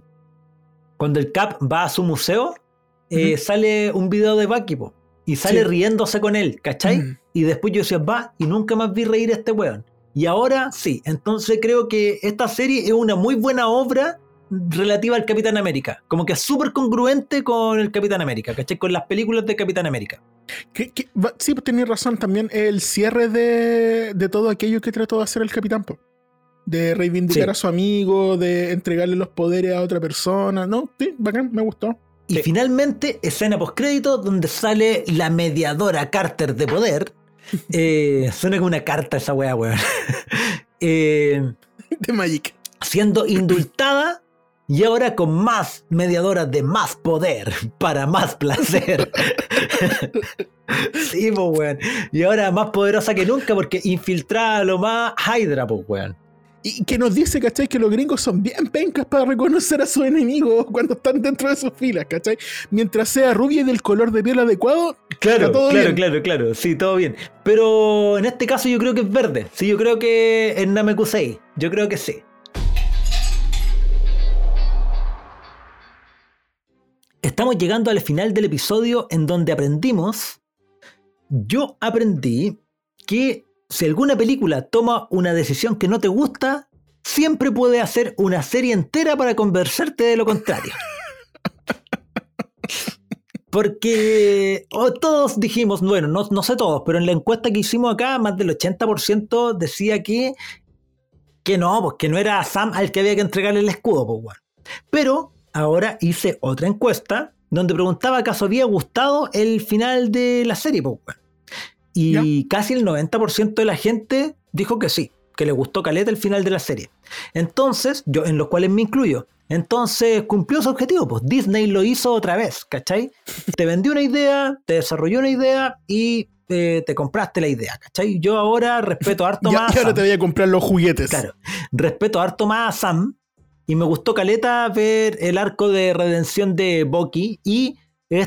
el Cap va a su museo, Ujú. sale un video de Bucky, po, y sale Sí. riéndose con él, ¿cachai? Mm. Y después yo decía, va, y nunca más vi reír a este weón. Y ahora sí, entonces creo que esta serie es una muy buena obra relativa al Capitán América. Como que es súper congruente con el Capitán América, ¿cachai? Con las películas de Capitán América. Sí, pues tenías razón también. El cierre de todo aquello que trató de hacer el Capitán, po. De reivindicar Sí. a su amigo, de entregarle los poderes a otra persona. No, sí, bacán, me gustó. Y Sí. finalmente, escena postcrédito donde sale la mediadora Carter de poder. Suena como una carta esa weá, weón. De Magic. Siendo indultada y ahora con más mediadoras de más poder para más placer. Sí, pues, weón. Y ahora más poderosa que nunca porque infiltrada a lo más Hydra, pues, weón. Y que nos dice, ¿cachai? Que los gringos son bien pencas para reconocer a sus enemigos cuando están dentro de sus filas, ¿cachai? Mientras sea rubia y del color de piel adecuado, Claro, está todo bien. claro. Sí, todo bien. Pero en este caso yo creo que es verde. Sí, yo creo que es Namekusei. Yo creo que sí. Estamos llegando al final del episodio en donde yo aprendí que si alguna película toma una decisión que no te gusta, siempre puede hacer una serie entera para convencerte de lo contrario. Porque todos dijimos, bueno, no sé todos, pero en la encuesta que hicimos acá, más del 80% decía que no, pues que no era a Sam al que había que entregarle el escudo, pues, bueno. Pero ahora hice otra encuesta donde preguntaba acaso había gustado el final de la serie, pues, bueno. Y casi el 90% de la gente dijo que sí, que le gustó caleta el final de la serie. Entonces, yo en los cuales me incluyo, entonces cumplió su objetivo, pues Disney lo hizo otra vez, ¿cachai? Te vendió una idea, te desarrolló una idea y te compraste la idea, ¿cachai? Yo ahora respeto harto más Y a ahora Sam. te voy a comprar los juguetes. Claro, respeto harto más a Sam y me gustó caleta ver el arco de redención de Bucky y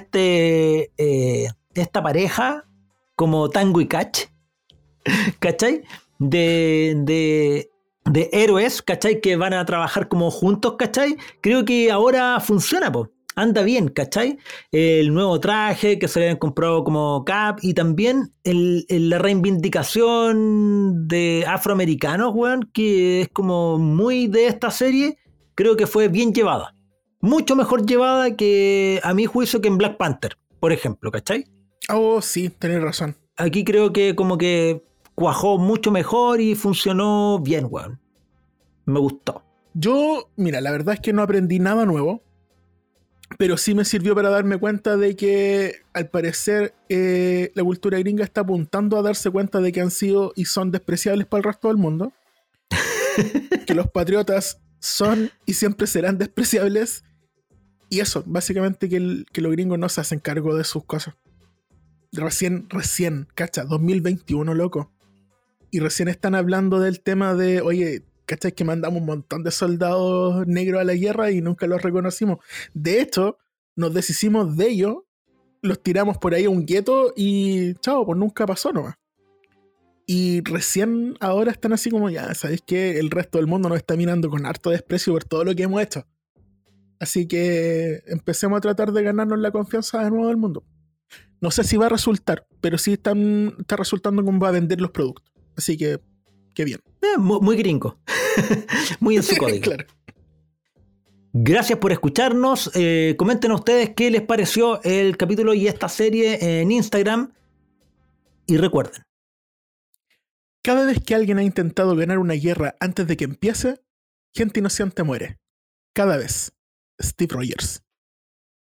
esta pareja como Tango y Catch, ¿cachai? De héroes, ¿cachai? Que van a trabajar como juntos, ¿cachai? Creo que ahora funciona, po. Anda bien, ¿cachai? El nuevo traje que se le habían comprado como Cap y también la reivindicación de afroamericanos, weón, que es como muy de esta serie, creo que fue bien llevada. Mucho mejor llevada que, a mi juicio, que en Black Panther, por ejemplo, ¿cachai? Oh, sí, tenés razón. Aquí creo que como que cuajó mucho mejor y funcionó bien, weón. Me gustó. Yo, mira, la verdad es que no aprendí nada nuevo, pero sí me sirvió para darme cuenta de que, al parecer, la cultura gringa está apuntando a darse cuenta de que han sido y son despreciables para el resto del mundo. que los patriotas son y siempre serán despreciables. Y eso, básicamente que los gringos no se hacen cargo de sus cosas. Recién, cacha, 2021, loco. Y recién están hablando del tema de, oye, ¿cachai? Que mandamos un montón de soldados negros a la guerra y nunca los reconocimos. De hecho, nos deshicimos de ellos, los tiramos por ahí a un gueto y chao, pues nunca pasó nomás. Y recién ahora están así como, ya, ¿sabéis qué? El resto del mundo nos está mirando con harto desprecio por todo lo que hemos hecho. Así que empecemos a tratar de ganarnos la confianza de nuevo del mundo. No sé si va a resultar, pero sí está resultando como va a vender los productos. Así que, qué bien. Muy gringo. Muy en su código. Claro. Gracias por escucharnos. Comenten ustedes qué les pareció el capítulo y esta serie en Instagram. Y recuerden. Cada vez que alguien ha intentado ganar una guerra antes de que empiece, gente inocente muere. Cada vez. Steve Rogers.